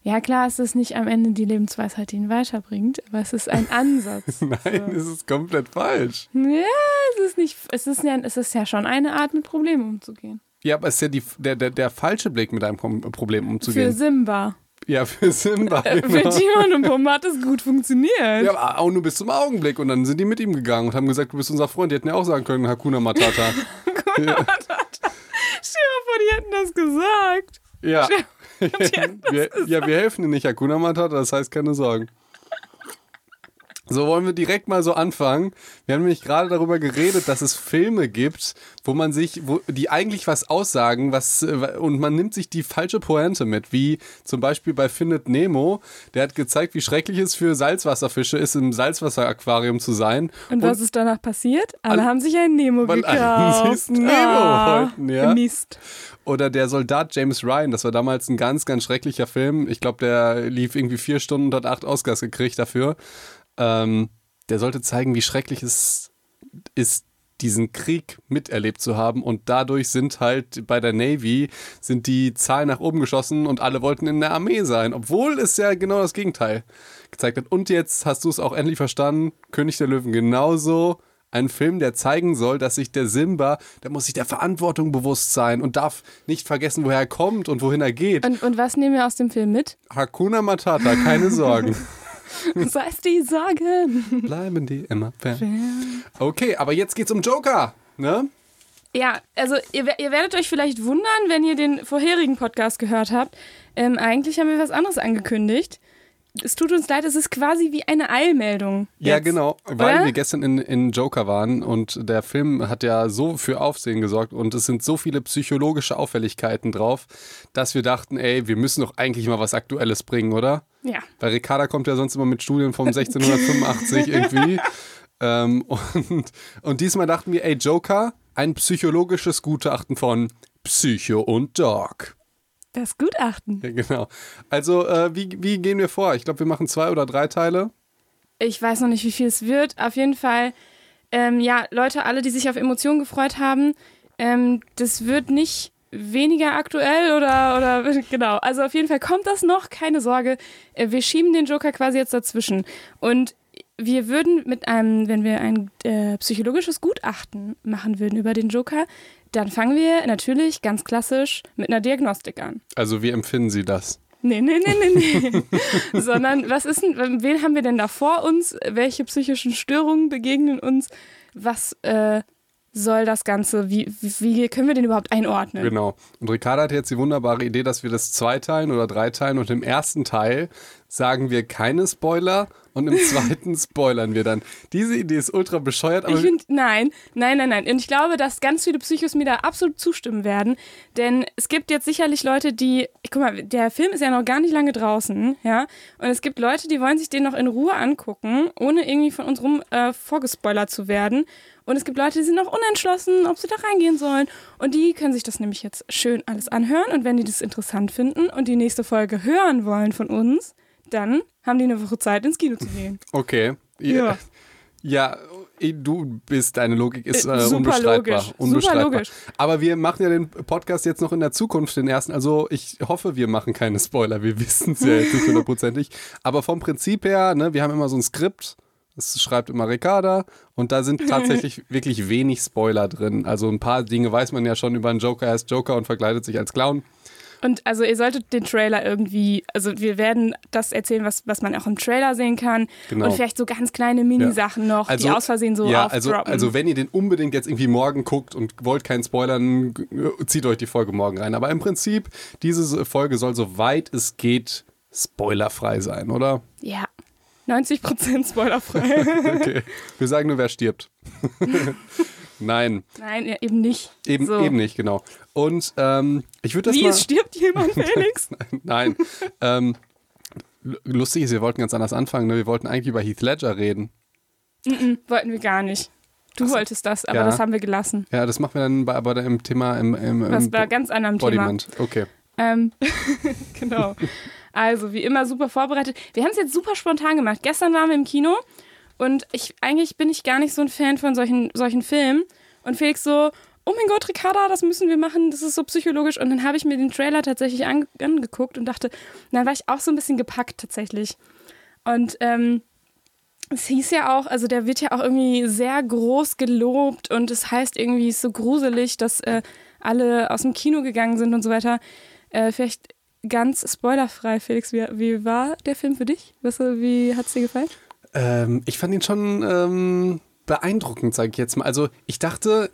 Ja klar, es ist nicht am Ende die Lebensweisheit, die ihn weiterbringt, aber es ist ein Ansatz. Nein, es ist komplett falsch. Ja, es ist ja schon eine Art, mit Problemen umzugehen. Ja, aber es ist ja der falsche Blick, mit einem Problem umzugehen. Für Simba. Ja, für Simba. Genau. Für Timon und Pumba hat es gut funktioniert. Ja, aber auch nur bis zum Augenblick. Und dann sind die mit ihm gegangen und haben gesagt, du bist unser Freund. Die hätten ja auch sagen können, Hakuna Matata. Hakuna Matata. Stell dir mal vor, die hätten das gesagt. Ja. Wir helfen dir nicht, Hakuna Matata, das heißt keine Sorgen. So, wollen wir direkt mal so anfangen. Wir haben nämlich gerade darüber geredet, dass es Filme gibt, die eigentlich was aussagen, und man nimmt sich die falsche Pointe mit, wie zum Beispiel bei Findet Nemo. Der hat gezeigt, wie schrecklich es für Salzwasserfische ist, im Salzwasseraquarium zu sein. Und was ist danach passiert? Alle haben sich ein Nemo gekauft. Nemo wollten, ja. Mist. Oder der Soldat James Ryan, das war damals ein ganz, ganz schrecklicher Film. Ich glaube, der lief irgendwie 4 Stunden und hat 8 Oscars gekriegt dafür. Der sollte zeigen, wie schrecklich es ist, diesen Krieg miterlebt zu haben. Und dadurch sind halt bei der Navy die Zahlen nach oben geschossen und alle wollten in der Armee sein. Obwohl es ja genau das Gegenteil gezeigt hat. Und jetzt hast du es auch endlich verstanden, König der Löwen genauso. Ein Film, der zeigen soll, dass sich der Simba, der muss sich der Verantwortung bewusst sein und darf nicht vergessen, woher er kommt und wohin er geht. Und was nehmen wir aus dem Film mit? Hakuna Matata, keine Sorgen. Was heißt die Sorgen? Bleiben die immer fern. Okay, aber jetzt geht's um Joker, ne? Ja, also ihr werdet euch vielleicht wundern, wenn ihr den vorherigen Podcast gehört habt. Eigentlich haben wir was anderes angekündigt. Es tut uns leid, es ist quasi wie eine Eilmeldung. Jetzt. Ja, genau, weil Oder? wir gestern in Joker waren und der Film hat ja so für Aufsehen gesorgt und es sind so viele psychologische Auffälligkeiten drauf, dass wir dachten, ey, wir müssen doch eigentlich mal was Aktuelles bringen, oder? Ja. Weil Ricarda kommt ja sonst immer mit Studien vom 1685 irgendwie. Und diesmal dachten wir, ey, Joker, ein psychologisches Gutachten von Psycho und Dog. Das Gutachten. Ja, genau. Also, wie gehen wir vor? Ich glaube, wir machen 2 oder 3 Teile. Ich weiß noch nicht, wie viel es wird. Auf jeden Fall, Leute, alle, die sich auf Emotionen gefreut haben, das wird nicht weniger aktuell oder genau. Also auf jeden Fall kommt das noch, keine Sorge. Wir schieben den Joker quasi jetzt dazwischen. Und wir würden wenn wir ein psychologisches Gutachten machen würden über den Joker, dann fangen wir natürlich ganz klassisch mit einer Diagnostik an. Also wie empfinden Sie das? Nee. Sondern wen haben wir denn da vor uns? Welche psychischen Störungen begegnen uns? Was soll das Ganze, wie können wir den überhaupt einordnen? Genau. Und Ricarda hat jetzt die wunderbare Idee, dass wir das 2 teilen oder 3 teilen und im ersten Teil sagen wir keine Spoiler und im zweiten spoilern wir dann. Diese Idee ist ultra bescheuert. Aber nein. Und ich glaube, dass ganz viele Psychos mir da absolut zustimmen werden, denn es gibt jetzt sicherlich Leute, guck mal, der Film ist ja noch gar nicht lange draußen, ja, und es gibt Leute, die wollen sich den noch in Ruhe angucken, ohne irgendwie von uns rum vorgespoilert zu werden. Und es gibt Leute, die sind noch unentschlossen, ob sie da reingehen sollen. Und die können sich das nämlich jetzt schön alles anhören. Und wenn die das interessant finden und die nächste Folge hören wollen von uns, dann haben die eine Woche Zeit, ins Kino zu gehen. Okay. Ja. Ja, deine Logik ist super unbestreitbar. logisch. Super logisch. Aber wir machen ja den Podcast jetzt noch in der Zukunft, den ersten. Also ich hoffe, wir machen keine Spoiler. Wir wissen es ja jetzt nicht 100%. Aber vom Prinzip her, ne, wir haben immer so ein Skript. Das schreibt immer Ricarda und da sind tatsächlich wirklich wenig Spoiler drin. Also ein paar Dinge weiß man ja schon über einen Joker. Er ist Joker und verkleidet sich als Clown. Und also ihr solltet den Trailer irgendwie, also wir werden das erzählen, was man auch im Trailer sehen kann. Genau. Und vielleicht so ganz kleine Mini-Sachen noch, die aus Versehen so aufdroppen. Also wenn ihr den unbedingt jetzt irgendwie morgen guckt und wollt keinen spoilern, zieht euch die Folge morgen rein. Aber im Prinzip, diese Folge soll, soweit es geht, spoilerfrei sein, oder? Ja. 90% spoilerfrei. Okay. Wir sagen nur, wer stirbt. Nein. Nein, ja, eben nicht. Eben nicht, genau. Und ich würde das Wie, es stirbt jemand, Felix? Nein. Lustig ist, wir wollten ganz anders anfangen. Ne? Wir wollten eigentlich über Heath Ledger reden. Wollten wir gar nicht. Du wolltest das, aber das haben wir gelassen. Ja, das machen wir dann aber im Thema was bei ganz anderem Bodiment. Thema. Okay. Genau. Also, wie immer, super vorbereitet. Wir haben es jetzt super spontan gemacht. Gestern waren wir im Kino und eigentlich bin ich gar nicht so ein Fan von solchen Filmen. Und Felix so, oh mein Gott, Ricarda, das müssen wir machen, das ist so psychologisch. Und dann habe ich mir den Trailer tatsächlich angeguckt und dachte, dann war ich auch so ein bisschen gepackt tatsächlich. Und es hieß ja auch, also der wird ja auch irgendwie sehr groß gelobt und es heißt irgendwie, es ist so gruselig, dass alle aus dem Kino gegangen sind und so weiter. Vielleicht ganz spoilerfrei, Felix, wie war der Film für dich? Wie hat es dir gefallen? Ich fand ihn schon beeindruckend, sage ich jetzt mal. Also ich dachte,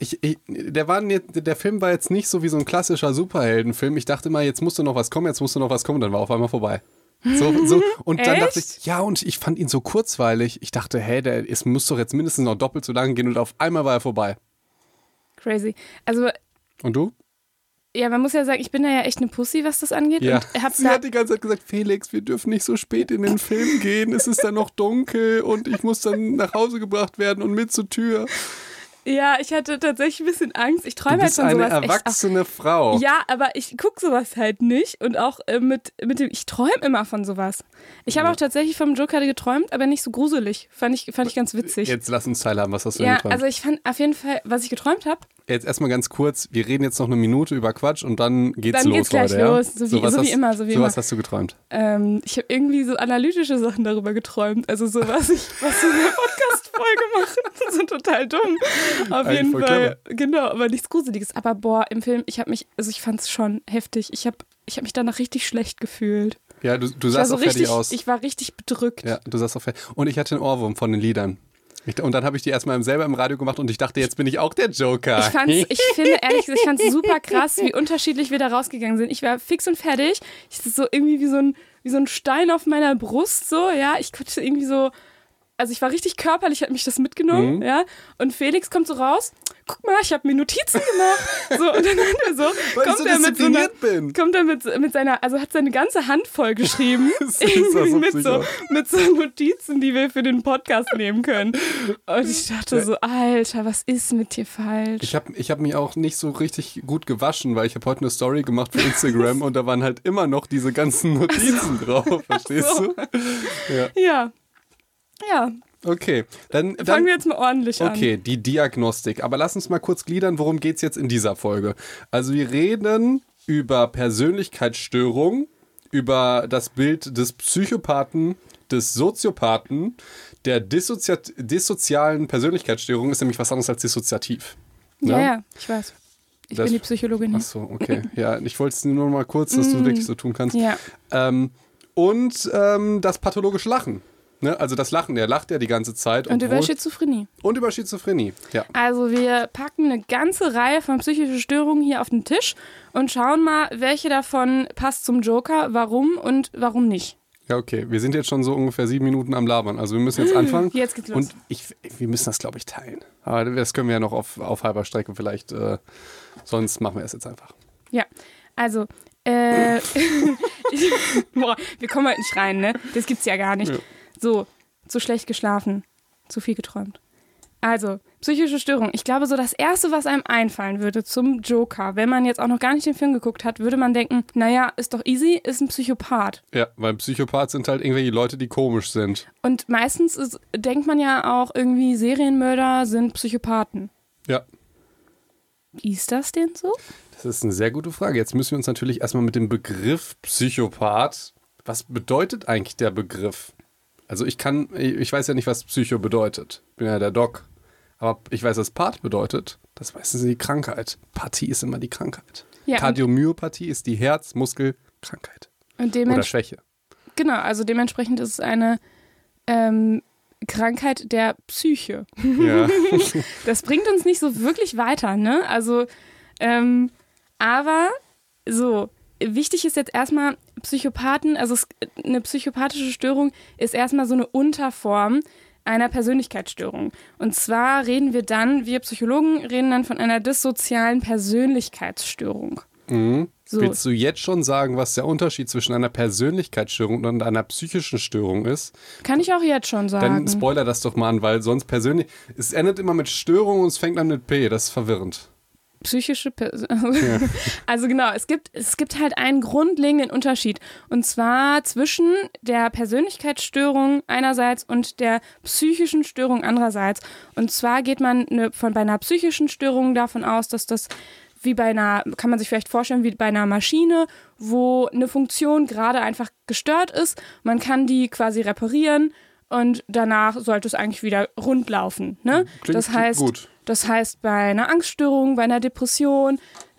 der Film war jetzt nicht so wie so ein klassischer Superheldenfilm. Ich dachte mal, jetzt musste noch was kommen, dann war auf einmal vorbei. So. Und dann dachte ich, ja, und ich fand ihn so kurzweilig. Ich dachte, es muss doch jetzt mindestens noch doppelt so lang gehen und auf einmal war er vorbei. Crazy. Also. Und du? Ja, man muss ja sagen, ich bin da ja echt eine Pussy, was das angeht. Ja. Und Sie hat die ganze Zeit gesagt, Felix, wir dürfen nicht so spät in den Film gehen. Es ist dann noch dunkel und ich muss dann nach Hause gebracht werden und mit zur Tür. Ja, ich hatte tatsächlich ein bisschen Angst. Ich träume halt von sowas. Du bist eine erwachsene Frau. Ja, aber ich gucke sowas halt nicht. Und auch mit dem, ich träume immer von sowas. Ich habe auch tatsächlich vom Joker geträumt, aber nicht so gruselig. Fand ich ganz witzig. Jetzt lass uns teilhaben, was hast du denn geträumt? Ja, also ich fand auf jeden Fall, was ich geträumt habe. Jetzt erstmal ganz kurz, wir reden jetzt noch eine Minute über Quatsch und dann geht's los, gleich Leute. Los, so wie immer. Was hast du geträumt? Ich habe irgendwie so analytische Sachen darüber geträumt. Also so, was in der Podcast-Folge mache. Das ist total dumm. Auf jeden Fall. Clever. Genau, aber nichts Gruseliges. Aber im Film, ich fand's schon heftig. Ich hab mich danach richtig schlecht gefühlt. Ja, du sahst auch fertig aus. Ich war richtig bedrückt. Ja, du sahst auch fertig. Und ich hatte einen Ohrwurm von den Liedern. Und dann habe ich die erstmal selber im Radio gemacht und ich dachte, jetzt bin ich auch der Joker. Ich finde ehrlich gesagt, ich fand es super krass, wie unterschiedlich wir da rausgegangen sind. Ich war fix und fertig. Ich so irgendwie wie so ein Stein auf meiner Brust, so, ja. Ich konnte irgendwie so, also ich war richtig körperlich, hat mich das mitgenommen, ja. Und Felix kommt so raus, guck mal, ich habe mir Notizen gemacht. So, und dann hat er so, kommt er mit seiner, also hat seine ganze Hand voll geschrieben. mit so Notizen, die wir für den Podcast nehmen können. Und ich dachte so, Alter, was ist mit dir falsch? Ich hab mich auch nicht so richtig gut gewaschen, weil ich habe heute eine Story gemacht für Instagram und da waren halt immer noch diese ganzen Notizen drauf, verstehst du? Ja. Okay, dann fangen wir jetzt mal ordentlich an. Okay, die Diagnostik. Aber lass uns mal kurz gliedern, worum geht es jetzt in dieser Folge. Also wir reden über Persönlichkeitsstörung, über das Bild des Psychopathen, des Soziopathen, der dissozialen Persönlichkeitsstörung ist nämlich was anderes als dissoziativ. Ja, ich weiß. Ich bin die Psychologin hier. Ach so, okay. Ja, ich wollte es nur mal kurz, dass du wirklich so tun kannst. Ja. Und das pathologische Lachen. Ne? Also das Lachen, der lacht ja die ganze Zeit. Und über Schizophrenie. Ja. Also wir packen eine ganze Reihe von psychischen Störungen hier auf den Tisch und schauen mal, welche davon passt zum Joker, warum und warum nicht. Ja, okay. Wir sind jetzt schon so ungefähr 7 Minuten am Labern. Also wir müssen jetzt anfangen. Jetzt geht's los. Und wir müssen das, glaube ich, teilen. Aber das können wir ja noch auf halber Strecke vielleicht. Sonst machen wir es jetzt einfach. Ja, also wir kommen halt nicht rein, ne? Das gibt's ja gar nicht. Ja. So, zu schlecht geschlafen, zu viel geträumt. Also, psychische Störung. Ich glaube, so das Erste, was einem einfallen würde zum Joker, wenn man jetzt auch noch gar nicht den Film geguckt hat, würde man denken, naja, ist doch easy, ist ein Psychopath. Ja, weil Psychopath sind halt irgendwelche Leute, die komisch sind. Und meistens denkt man ja auch irgendwie, Serienmörder sind Psychopathen. Ja. Ist das denn so? Das ist eine sehr gute Frage. Jetzt müssen wir uns natürlich erstmal mit dem Begriff Psychopath, was bedeutet eigentlich der Begriff? Also ich weiß ja nicht, was Psycho bedeutet. Ich bin ja der Doc. Aber ich weiß, was Path bedeutet. Das meistens die Krankheit. Pathie ist immer die Krankheit. Ja, Kardiomyopathie ist die Herzmuskelkrankheit. Oder Schwäche. Genau, also dementsprechend ist es eine Krankheit der Psyche. Ja. Das bringt uns nicht so wirklich weiter, ne? Also, aber so, wichtig ist jetzt erstmal Psychopathen, also eine psychopathische Störung ist erstmal so eine Unterform einer Persönlichkeitsstörung. Und zwar wir Psychologen reden dann von einer dissozialen Persönlichkeitsstörung. Mhm. So. Willst du jetzt schon sagen, was der Unterschied zwischen einer Persönlichkeitsstörung und einer psychischen Störung ist? Kann ich auch jetzt schon sagen. Dann spoiler das doch mal an, weil sonst es endet immer mit Störung und es fängt an mit P. Das ist verwirrend. Also genau, es gibt halt einen grundlegenden Unterschied. Und zwar zwischen der Persönlichkeitsstörung einerseits und der psychischen Störung andererseits. Und zwar geht man bei einer psychischen Störung davon aus, dass das kann man sich vielleicht vorstellen, wie bei einer Maschine, wo eine Funktion gerade einfach gestört ist. Man kann die quasi reparieren und danach sollte es eigentlich wieder rund laufen. Ne? Klingt gut. Das heißt, bei einer Angststörung, bei einer Depression,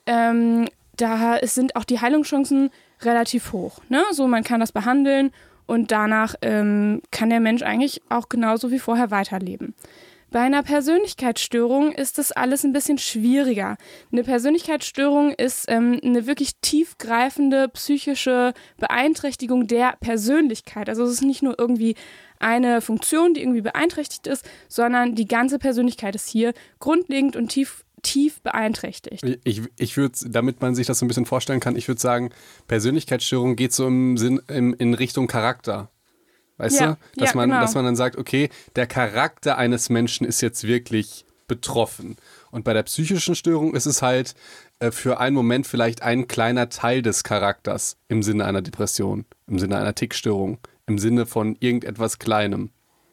da sind auch die Heilungschancen relativ hoch. Ne? So, man kann das behandeln und danach kann der Mensch eigentlich auch genauso wie vorher weiterleben. Bei einer Persönlichkeitsstörung ist das alles ein bisschen schwieriger. Eine Persönlichkeitsstörung ist eine wirklich tiefgreifende psychische Beeinträchtigung der Persönlichkeit. Also es ist nicht nur irgendwie eine Funktion, die irgendwie beeinträchtigt ist, sondern die ganze Persönlichkeit ist hier grundlegend und tief beeinträchtigt. Ich würde, damit man sich das so ein bisschen vorstellen kann, ich würde sagen, Persönlichkeitsstörung geht so in Richtung Charakter. Weißt du? Dass man dann sagt, okay, der Charakter eines Menschen ist jetzt wirklich betroffen. Und bei der psychischen Störung ist es halt für einen Moment vielleicht ein kleiner Teil des Charakters im Sinne einer Depression, im Sinne einer Tickstörung, im Sinne von irgendetwas Kleinem.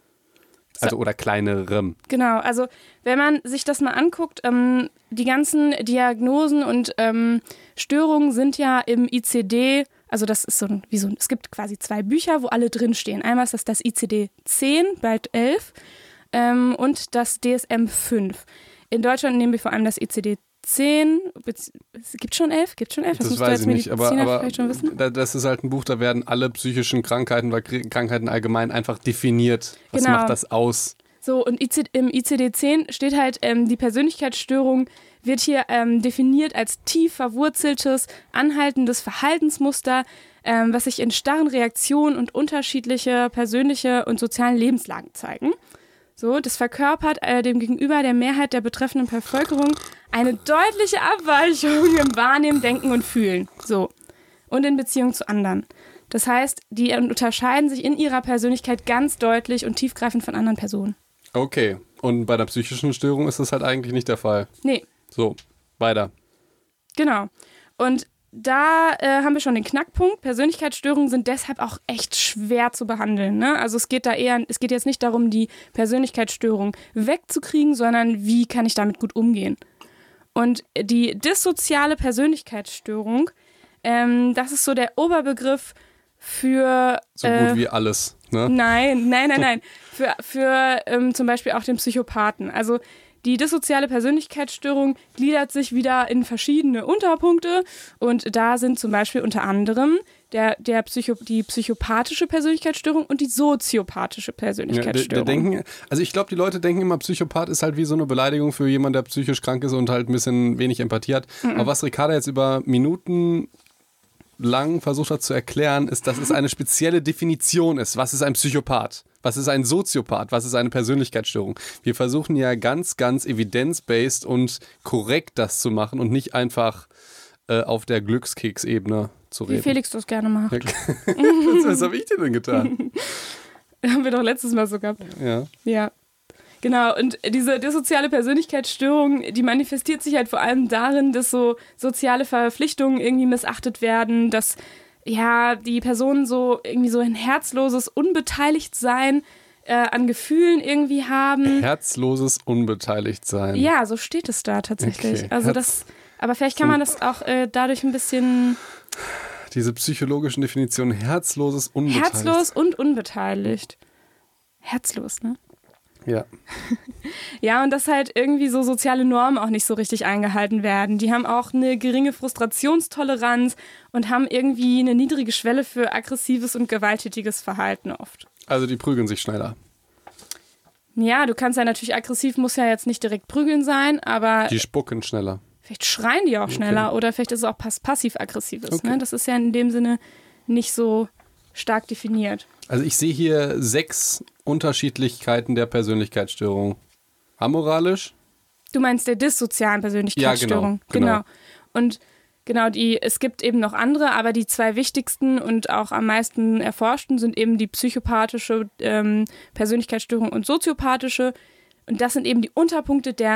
Also oder kleinerem. Genau, also wenn man sich das mal anguckt, die ganzen Diagnosen und Störungen sind ja im ICD. Also das ist es gibt quasi 2 Bücher, wo alle drinstehen. Einmal ist das ICD-10, bald 11, und das DSM-5. In Deutschland nehmen wir vor allem das ICD-10. Gibt schon 11? Das weiß ich nicht, aber schon wissen. Das ist halt ein Buch, da werden alle psychischen Krankheiten oder Krankheiten allgemein einfach definiert. Was macht das aus? So, und im ICD-10 steht halt, die Persönlichkeitsstörung wird hier definiert als tief verwurzeltes, anhaltendes Verhaltensmuster, was sich in starren Reaktionen und unterschiedliche persönliche und sozialen Lebenslagen zeigen. So, das verkörpert dem gegenüber der Mehrheit der betreffenden Bevölkerung eine deutliche Abweichung im Wahrnehmen, Denken und Fühlen. So. Und in Beziehung zu anderen. Das heißt, die unterscheiden sich in ihrer Persönlichkeit ganz deutlich und tiefgreifend von anderen Personen. Okay. Und bei der psychischen Störung ist das halt eigentlich nicht der Fall. Nee. So, weiter. Genau. Und da haben wir schon den Knackpunkt. Persönlichkeitsstörungen sind deshalb auch echt schwer zu behandeln. Ne? Also es geht jetzt nicht darum, die Persönlichkeitsstörung wegzukriegen, sondern wie kann ich damit gut umgehen. Und die dissoziale Persönlichkeitsstörung, das ist so der Oberbegriff für... So gut wie alles, ne? Nein. Für zum Beispiel auch den Psychopathen. Also die dissoziale Persönlichkeitsstörung gliedert sich wieder in verschiedene Unterpunkte und da sind zum Beispiel unter anderem die psychopathische Persönlichkeitsstörung und die soziopathische Persönlichkeitsstörung. Ich glaube, die Leute denken immer, Psychopath ist halt wie so eine Beleidigung für jemanden, der psychisch krank ist und halt ein bisschen wenig Empathie hat. Aber was Ricarda jetzt über Minuten lang versucht hat zu erklären, ist, dass es eine spezielle Definition ist. Was ist ein Psychopath? Was ist ein Soziopath? Was ist eine Persönlichkeitsstörung? Wir versuchen ja ganz, ganz evidence-based und korrekt das zu machen und nicht einfach auf der Glückskeks-Ebene zu reden. Wie Felix das gerne macht. Was habe ich dir denn getan? Haben wir doch letztes Mal so gehabt. Ja. Genau, und diese dissoziale Persönlichkeitsstörung, die manifestiert sich halt vor allem darin, dass so soziale Verpflichtungen irgendwie missachtet werden, dass die Personen so irgendwie so ein herzloses Unbeteiligtsein an Gefühlen irgendwie haben. Herzloses Unbeteiligtsein. Ja, so steht es da tatsächlich. Okay. Also aber vielleicht kann man das auch dadurch ein bisschen... Diese psychologischen Definitionen, herzloses Unbeteiligt. Herzlos und unbeteiligt. Herzlos, ne? Ja. Ja, und dass halt irgendwie so soziale Normen auch nicht so richtig eingehalten werden. Die haben auch eine geringe Frustrationstoleranz und haben irgendwie eine niedrige Schwelle für aggressives und gewalttätiges Verhalten oft. Also die prügeln sich schneller. Ja, du kannst ja natürlich aggressiv, muss ja jetzt nicht direkt prügeln sein, aber... Die spucken schneller. Vielleicht schreien die auch schneller oder vielleicht ist es auch passiv-aggressives. Okay. Ne? Das ist ja in dem Sinne nicht so stark definiert. Also ich sehe hier 6 Unterschiedlichkeiten der Persönlichkeitsstörung. Amoralisch? Du meinst der dissozialen Persönlichkeitsstörung. Ja, genau. Und genau, es gibt eben noch andere, aber die 2 wichtigsten und auch am meisten erforschten sind eben die psychopathische Persönlichkeitsstörung und soziopathische. Und das sind eben die Unterpunkte der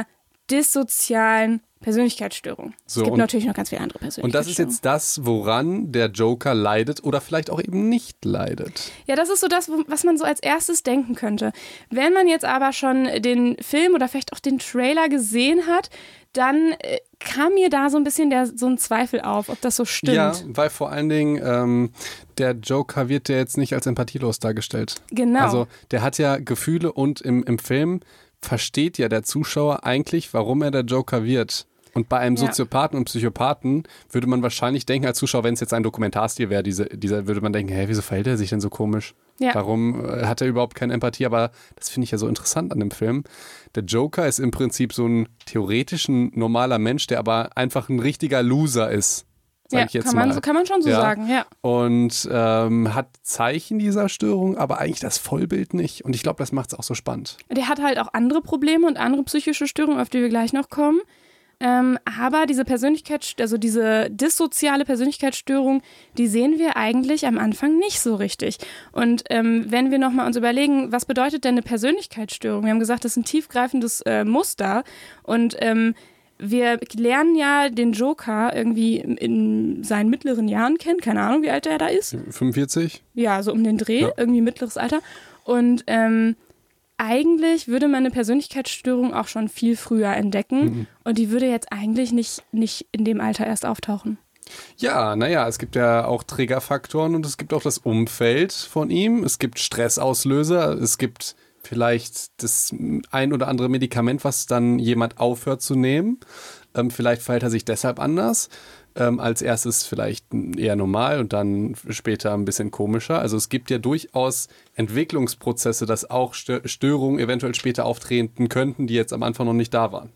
dissozialen Persönlichkeitsstörung. So, es gibt natürlich noch ganz viele andere Persönlichkeitsstörungen. Und das ist jetzt das, woran der Joker leidet oder vielleicht auch eben nicht leidet. Ja, das ist so das, was man so als erstes denken könnte. Wenn man jetzt aber schon den Film oder vielleicht auch den Trailer gesehen hat, dann kam mir da so ein bisschen so ein Zweifel auf, ob das so stimmt. Ja, weil vor allen Dingen der Joker wird ja jetzt nicht als empathielos dargestellt. Genau. Also der hat ja Gefühle und im Film versteht ja der Zuschauer eigentlich, warum er der Joker wird. Und bei einem Soziopathen und Psychopathen würde man wahrscheinlich denken als Zuschauer, wenn es jetzt ein Dokumentarstil wäre, dieser würde man denken, hä, wieso verhält er sich denn so komisch? Ja. Warum hat er überhaupt keine Empathie? Aber das finde ich ja so interessant an dem Film. Der Joker ist im Prinzip so ein theoretisch ein normaler Mensch, der aber einfach ein richtiger Loser ist. Sag ich jetzt kann man schon so sagen, ja. Und hat Zeichen dieser Störung, aber eigentlich das Vollbild nicht. Und ich glaube, das macht es auch so spannend. Der hat halt auch andere Probleme und andere psychische Störungen, auf die wir gleich noch kommen. Aber diese diese dissoziale Persönlichkeitsstörung, die sehen wir eigentlich am Anfang nicht so richtig. Und wenn wir nochmal uns überlegen, was bedeutet denn eine Persönlichkeitsstörung? Wir haben gesagt, das ist ein tiefgreifendes Muster. Und wir lernen ja den Joker irgendwie in seinen mittleren Jahren kennen. Keine Ahnung, wie alt er da ist. 45? Ja, so um den Dreh, irgendwie mittleres Alter. Und eigentlich würde man eine Persönlichkeitsstörung auch schon viel früher entdecken und die würde jetzt eigentlich nicht in dem Alter erst auftauchen. Ja, naja, es gibt ja auch Triggerfaktoren und es gibt auch das Umfeld von ihm. Es gibt Stressauslöser, es gibt vielleicht das ein oder andere Medikament, was dann jemand aufhört zu nehmen. Vielleicht verhält er sich deshalb anders. Als erstes vielleicht eher normal und dann später ein bisschen komischer. Also es gibt ja durchaus Entwicklungsprozesse, dass auch Störungen eventuell später auftreten könnten, die jetzt am Anfang noch nicht da waren.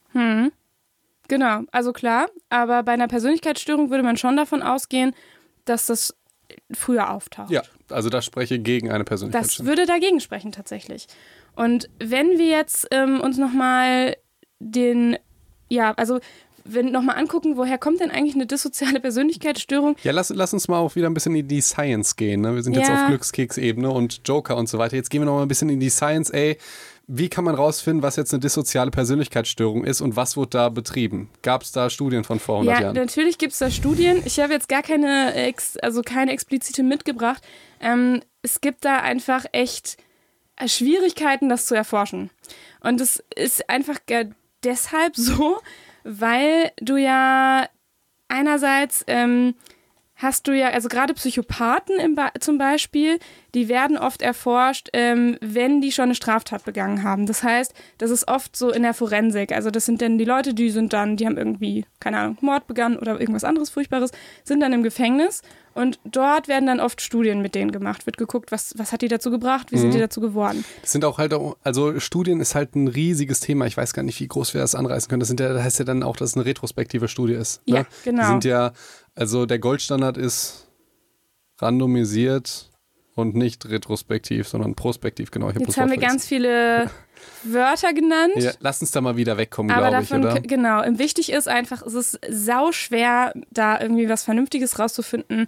Genau, also klar, aber bei einer Persönlichkeitsstörung würde man schon davon ausgehen, dass das früher auftaucht. Ja, also das spreche gegen eine Persönlichkeitsstörung. Das würde dagegen sprechen tatsächlich. Und wenn wir jetzt uns nochmal nochmal angucken, woher kommt denn eigentlich eine dissoziale Persönlichkeitsstörung? Ja, lass uns mal auch wieder ein bisschen in die Science gehen. Ne? Wir sind jetzt auf Glückskeks-Ebene und Joker und so weiter. Jetzt gehen wir noch mal ein bisschen in die Science. Wie kann man rausfinden, was jetzt eine dissoziale Persönlichkeitsstörung ist und was wird da betrieben? Gab es da Studien von vor 100 Jahren? Ja, natürlich gibt es da Studien. Ich habe jetzt gar keine explizite mitgebracht. Es gibt da einfach echt Schwierigkeiten, das zu erforschen. Und es ist einfach deshalb so, weil du ja einerseits hast du ja, also gerade Psychopathen zum Beispiel, die werden oft erforscht, wenn die schon eine Straftat begangen haben. Das heißt, das ist oft so in der Forensik. Also das sind dann die Leute, die haben irgendwie, keine Ahnung, Mord begangen oder irgendwas anderes Furchtbares, sind dann im Gefängnis und dort werden dann oft Studien mit denen gemacht. Wird geguckt, was hat die dazu gebracht, wie sind die dazu geworden. Das sind auch also Studien ist halt ein riesiges Thema. Ich weiß gar nicht, wie groß wir das anreißen können. Das heißt ja dann auch, dass es eine retrospektive Studie ist. Ne? Ja, genau. Die sind ja, also der Goldstandard ist randomisiert und nicht retrospektiv, sondern prospektiv, genau. Jetzt haben wir ganz viele Wörter genannt. Ja, lass uns da mal wieder wegkommen, aber glaube ich, oder? Genau. Und wichtig ist einfach, es ist sauschwer, da irgendwie was Vernünftiges rauszufinden,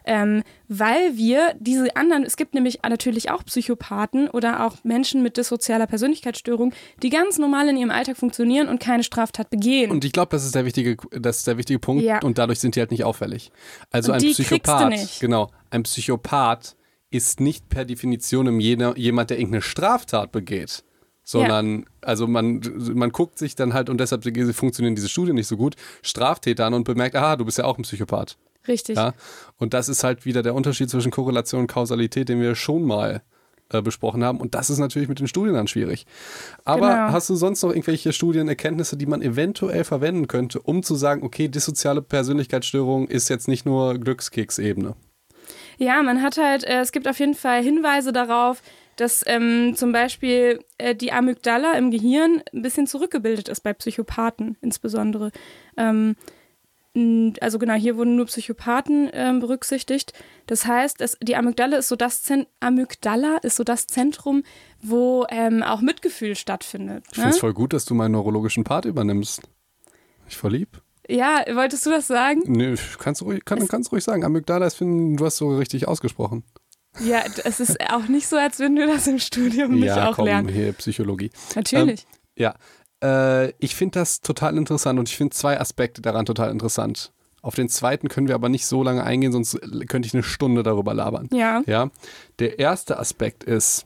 weil wir diese anderen, es gibt nämlich natürlich auch Psychopathen oder auch Menschen mit dissozialer Persönlichkeitsstörung, die ganz normal in ihrem Alltag funktionieren und keine Straftat begehen. Und ich glaube, das ist der wichtige Punkt und dadurch sind die halt nicht auffällig. Also und ein Psychopath, nicht. Genau, ein Psychopath ist nicht per Definition jemand, der irgendeine Straftat begeht. Sondern, also man guckt sich dann halt, und deshalb funktionieren diese Studien nicht so gut, Straftäter an und bemerkt, aha, du bist ja auch ein Psychopath. Richtig. Ja? Und das ist halt wieder der Unterschied zwischen Korrelation und Kausalität, den wir schon mal besprochen haben. Und das ist natürlich mit den Studien dann schwierig. Aber hast du sonst noch irgendwelche Studienerkenntnisse, die man eventuell verwenden könnte, um zu sagen, okay, dissoziale Persönlichkeitsstörung ist jetzt nicht nur Glückskeksebene? Ja, man hat halt, es gibt auf jeden Fall Hinweise darauf, dass zum Beispiel die Amygdala im Gehirn ein bisschen zurückgebildet ist bei Psychopathen insbesondere. Also genau, hier wurden nur Psychopathen berücksichtigt. Das heißt, die Amygdala ist so das Zentrum, wo auch Mitgefühl stattfindet. Ich finde es voll gut, dass du meinen neurologischen Part übernimmst. Ich voll lieb. Ja, wolltest du das sagen? Nee, kannst ruhig sagen. Amygdala du hast so richtig ausgesprochen. Ja, es ist auch nicht so, als würden wir das im Studium nicht auch lernen. Ja, komm, hier Psychologie. Natürlich. Ja, Ich finde das total interessant und ich finde 2 Aspekte daran total interessant. Auf den zweiten können wir aber nicht so lange eingehen, sonst könnte ich eine Stunde darüber labern. Ja? Der erste Aspekt ist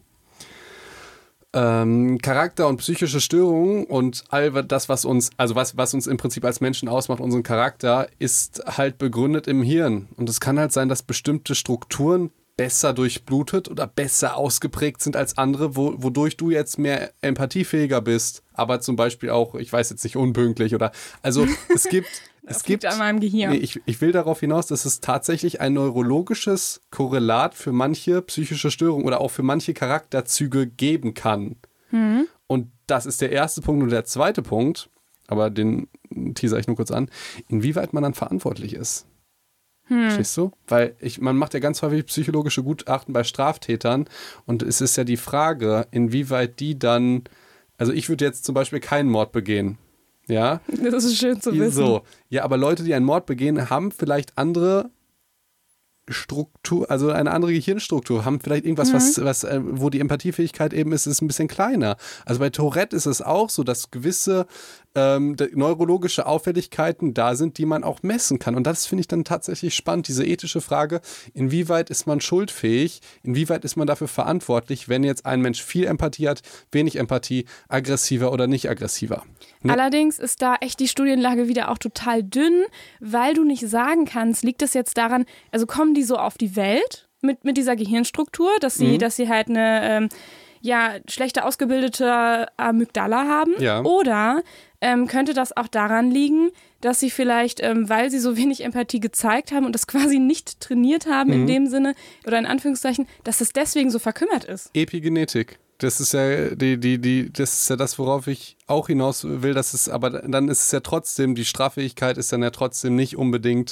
Charakter und psychische Störungen und all das, was uns im Prinzip als Menschen ausmacht, unseren Charakter, ist halt begründet im Hirn. Und es kann halt sein, dass bestimmte Strukturen besser durchblutet oder besser ausgeprägt sind als andere, wodurch du jetzt mehr empathiefähiger bist, aber zum Beispiel auch, ich weiß jetzt nicht, unpünktlich oder, also es gibt... Es gibt an meinem Gehirn. Nee, ich will darauf hinaus, dass es tatsächlich ein neurologisches Korrelat für manche psychische Störungen oder auch für manche Charakterzüge geben kann. Und das ist der erste Punkt. Und der zweite Punkt, aber den teaser ich nur kurz an, inwieweit man dann verantwortlich ist. Verstehst du? Weil man macht ja ganz häufig psychologische Gutachten bei Straftätern und es ist ja die Frage, inwieweit die dann, also ich würde jetzt zum Beispiel keinen Mord begehen. Ja. Das ist schön zu wissen. So. Ja, aber Leute, die einen Mord begehen, haben vielleicht andere Struktur, also eine andere Gehirnstruktur, haben vielleicht irgendwas, wo die Empathiefähigkeit eben ist ein bisschen kleiner. Also bei Tourette ist es auch so, dass gewisse neurologische Auffälligkeiten da sind, die man auch messen kann. Und das finde ich dann tatsächlich spannend, diese ethische Frage, inwieweit ist man schuldfähig, inwieweit ist man dafür verantwortlich, wenn jetzt ein Mensch viel Empathie hat, wenig Empathie, aggressiver oder nicht aggressiver. Ne? Allerdings ist da echt die Studienlage wieder auch total dünn, weil du nicht sagen kannst, liegt das jetzt daran, also kommen die so auf die Welt mit dieser Gehirnstruktur, dass sie halt eine schlechter ausgebildete Amygdala haben, oder könnte das auch daran liegen, dass sie vielleicht, weil sie so wenig Empathie gezeigt haben und das quasi nicht trainiert haben in dem Sinne, oder in Anführungszeichen, dass es deswegen so verkümmert ist. Epigenetik. Das ist ja das ist ja das, worauf ich auch hinaus will, aber dann ist es ja trotzdem, die Straffähigkeit ist dann ja trotzdem nicht unbedingt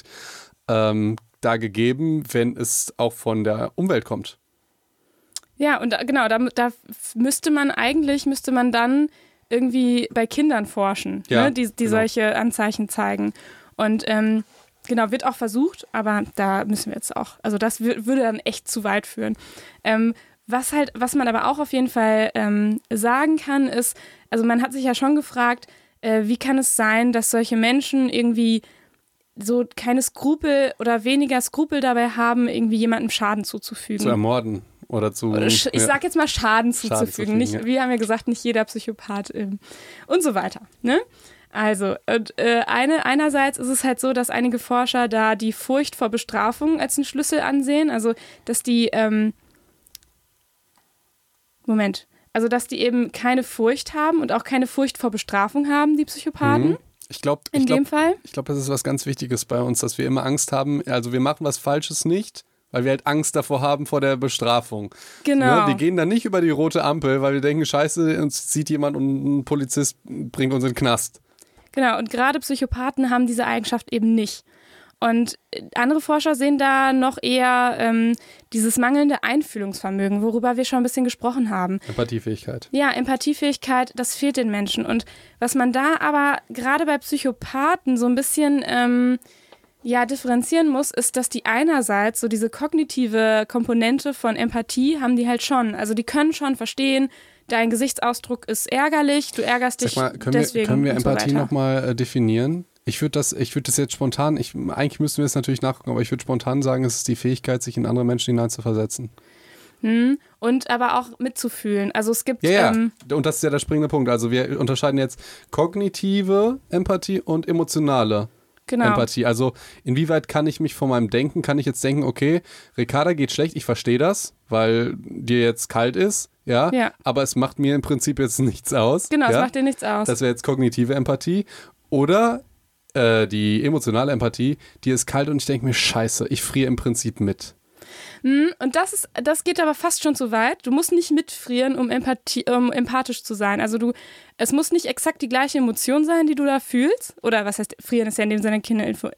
da gegeben, wenn es auch von der Umwelt kommt. Ja, und da müsste man dann irgendwie bei Kindern forschen, die solche Anzeichen zeigen. Und wird auch versucht, aber da müssen wir jetzt auch, also das würde dann echt zu weit führen. Was man aber auch auf jeden Fall sagen kann, ist, also man hat sich ja schon gefragt, wie kann es sein, dass solche Menschen irgendwie so keine Skrupel oder weniger Skrupel dabei haben, irgendwie jemandem Schaden zuzufügen. Zu ermorden oder zu... Ich sag jetzt mal Schaden zuzufügen. Nicht, wir haben ja gesagt, nicht jeder Psychopath und so weiter. Ne? Also, einerseits ist es halt so, dass einige Forscher da die Furcht vor Bestrafung als einen Schlüssel ansehen. Also, dass die... dass die eben keine Furcht haben und auch keine Furcht vor Bestrafung haben, die Psychopathen. Ich glaube, das ist was ganz Wichtiges bei uns, dass wir immer Angst haben. Also wir machen was Falsches nicht, weil wir halt Angst davor haben vor der Bestrafung. Genau. Ne? Wir gehen dann nicht über die rote Ampel, weil wir denken, scheiße, uns sieht jemand und ein Polizist bringt uns in den Knast. Genau, und gerade Psychopathen haben diese Eigenschaft eben nicht. Und andere Forscher sehen da noch eher dieses mangelnde Einfühlungsvermögen, worüber wir schon ein bisschen gesprochen haben. Empathiefähigkeit. Ja, Empathiefähigkeit, das fehlt den Menschen. Und was man da aber gerade bei Psychopathen so ein bisschen differenzieren muss, ist, dass die einerseits so diese kognitive Komponente von Empathie haben die halt schon. Also die können schon verstehen, dein Gesichtsausdruck ist ärgerlich, du ärgerst dich deswegen. Können wir Empathie nochmal definieren? Ich würde das jetzt spontan, eigentlich müssten wir es natürlich nachgucken, aber ich würde spontan sagen, es ist die Fähigkeit, sich in andere Menschen hineinzuversetzen. Und aber auch mitzufühlen. Also es gibt... und das ist ja der springende Punkt. Also wir unterscheiden jetzt kognitive Empathie und emotionale Empathie. Also inwieweit kann ich mich von meinem Denken, kann ich jetzt denken, okay, Ricarda geht schlecht, ich verstehe das, weil dir jetzt kalt ist, ja, aber es macht mir im Prinzip jetzt nichts aus. Genau, es macht dir nichts aus. Das wäre jetzt kognitive Empathie. Oder die emotionale Empathie, die ist kalt und ich denke mir, scheiße, ich friere im Prinzip mit. Und das geht aber fast schon zu weit. Du musst nicht mitfrieren, um empathisch zu sein. Also es muss nicht exakt die gleiche Emotion sein, die du da fühlst. Oder was heißt, frieren ist ja in dem Sinne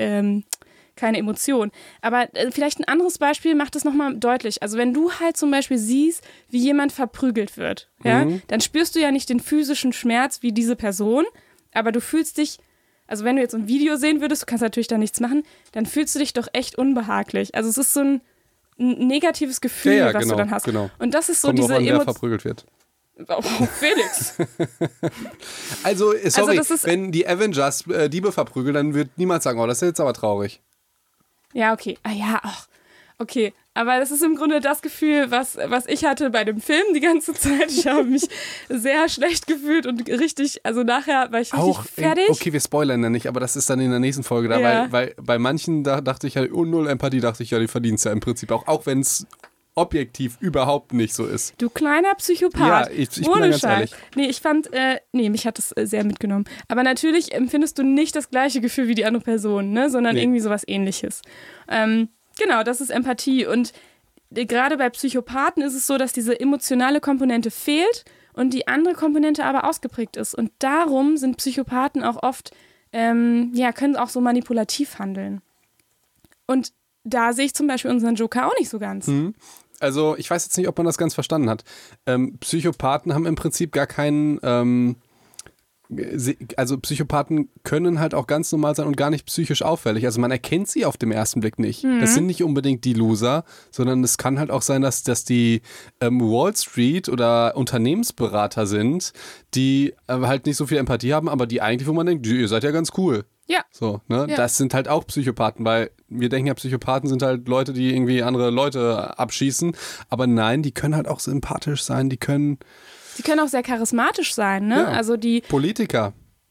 keine Emotion. Aber vielleicht ein anderes Beispiel macht es nochmal deutlich. Also wenn du halt zum Beispiel siehst, wie jemand verprügelt wird, dann spürst du ja nicht den physischen Schmerz wie diese Person, aber du fühlst dich, also wenn du jetzt ein Video sehen würdest, du kannst natürlich da nichts machen, dann fühlst du dich doch echt unbehaglich. Also es ist so ein negatives Gefühl, was du dann hast. Genau. Und das ist so Kommt diese drauf an, wer verprügelt wird. Oh, Felix. Also, sorry, das ist, wenn die Avengers Diebe verprügeln, dann wird niemand sagen, oh, das ist jetzt aber traurig. Ja, okay. Okay. Aber das ist im Grunde das Gefühl, was ich hatte bei dem Film die ganze Zeit. Ich habe mich sehr schlecht gefühlt und richtig, also nachher war ich richtig fertig. Okay, wir spoilern ja nicht, aber das ist dann in der nächsten Folge da, Ja. weil bei manchen da dachte ich ja, null Empathie, dachte ich ja, die verdienen es ja im Prinzip auch wenn es objektiv überhaupt nicht so ist. Du kleiner Psychopath. Ja, ich bin da Ohne ganz Scheiß. ehrlich. Nee, ich fand, mich hat das sehr mitgenommen. Aber natürlich empfindest du nicht das gleiche Gefühl wie die andere Person, ne? Sondern irgendwie sowas Ähnliches. Genau, das ist Empathie. Und gerade bei Psychopathen ist es so, dass diese emotionale Komponente fehlt und die andere Komponente aber ausgeprägt ist. Und darum sind Psychopathen auch oft, können auch so manipulativ handeln. Und da sehe ich zum Beispiel unseren Joker auch nicht so ganz. Also ich weiß jetzt nicht, ob man das ganz verstanden hat. Psychopathen haben im Prinzip gar keinen, also Psychopathen können halt auch ganz normal sein und gar nicht psychisch auffällig. Also man erkennt sie auf den ersten Blick nicht. Das sind nicht unbedingt die Loser, sondern es kann halt auch sein, dass die Wall Street oder Unternehmensberater sind, die halt nicht so viel Empathie haben, aber die eigentlich, wo man denkt, ihr seid ja ganz cool. Ja. So, ne? Ja. Das sind halt auch Psychopathen, weil wir denken ja, Psychopathen sind halt Leute, die irgendwie andere Leute abschießen. Aber nein, die können halt auch sympathisch sein, die können auch sehr charismatisch sein, ne? Ja. Also die Politiker.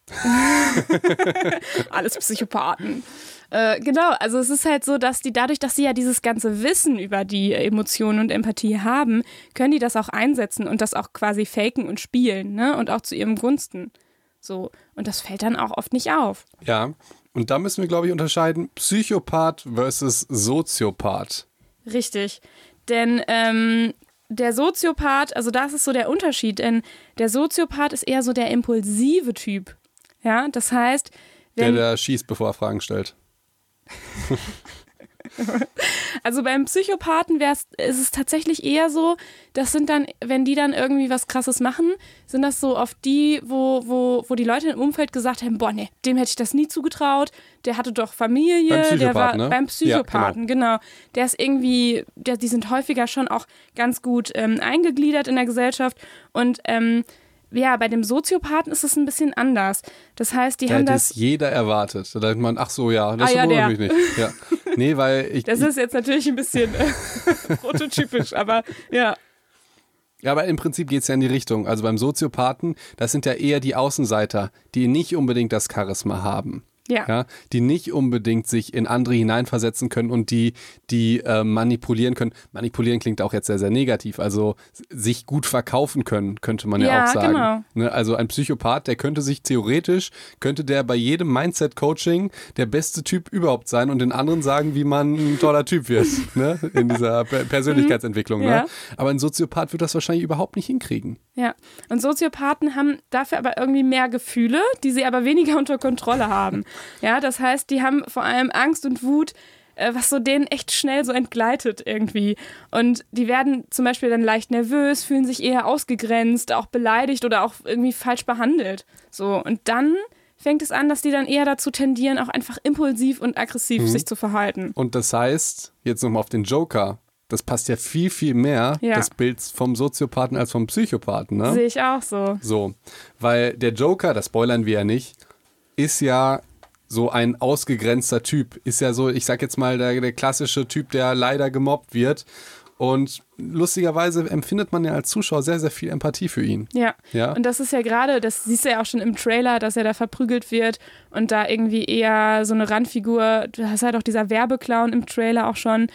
alles Psychopathen. Genau, also es ist halt so, dass die dadurch, dass sie ja dieses ganze Wissen über die Emotionen und Empathie haben, können die das auch einsetzen und das auch quasi faken und spielen, ne? Und auch zu ihrem Gunsten. So. Und das fällt dann auch oft nicht auf. Ja, und da müssen wir, glaube ich, unterscheiden, Psychopath versus Soziopath. Richtig. Denn der Soziopath, also das ist so der Unterschied, denn der Soziopath ist eher so der impulsive Typ. Ja, das heißt, Der schießt, bevor er Fragen stellt. Also beim Psychopathen ist es tatsächlich eher so, das sind dann, wenn die dann irgendwie was Krasses machen, sind das so oft die, wo die Leute im Umfeld gesagt haben, boah, nee, dem hätte ich das nie zugetraut, der hatte doch Familie, beim Psychopathen, der war ne? beim Psychopathen, Ja, genau. Der ist irgendwie, die sind häufiger schon auch ganz gut eingegliedert in der Gesellschaft und ja, bei dem Soziopathen ist es ein bisschen anders. Das heißt, die Da haben hätte das... es jeder erwartet. Da dachte man, ach so, ja, das ja, wundert mich nicht. Ja. Nee, weil Das ist jetzt natürlich ein bisschen prototypisch, aber ja. Ja, aber im Prinzip geht es ja in die Richtung. Also beim Soziopathen, das sind ja eher die Außenseiter, die nicht unbedingt das Charisma haben. Ja. Die nicht unbedingt sich in andere hineinversetzen können und die manipulieren können. Manipulieren klingt auch jetzt sehr, sehr negativ. Also sich gut verkaufen können, könnte man ja auch sagen. Genau. Ne? Also ein Psychopath, der könnte bei jedem Mindset-Coaching der beste Typ überhaupt sein und den anderen sagen, wie man ein toller Typ wird, ne? In dieser Persönlichkeitsentwicklung. Ja. Ne? Aber ein Soziopath wird das wahrscheinlich überhaupt nicht hinkriegen. Ja, und Soziopathen haben dafür aber irgendwie mehr Gefühle, die sie aber weniger unter Kontrolle haben. Ja, das heißt, die haben vor allem Angst und Wut, was so denen echt schnell so entgleitet irgendwie. Und die werden zum Beispiel dann leicht nervös, fühlen sich eher ausgegrenzt, auch beleidigt oder auch irgendwie falsch behandelt. So, und dann fängt es an, dass die dann eher dazu tendieren, auch einfach impulsiv und aggressiv sich zu verhalten. Und das heißt, jetzt nochmal auf den Joker, das passt ja viel, viel mehr, das Bild vom Soziopathen als vom Psychopathen, ne? Sehe ich auch so. So, weil der Joker, das spoilern wir ja nicht, ist ja so ein ausgegrenzter Typ. Ist ja so, ich sag jetzt mal, der klassische Typ, der leider gemobbt wird. Und lustigerweise empfindet man ja als Zuschauer sehr, sehr viel Empathie für ihn. Ja. Und das ist ja gerade, das siehst du ja auch schon im Trailer, dass er da verprügelt wird und da irgendwie eher so eine Randfigur, du hast halt auch dieser Werbeclown im Trailer auch schon.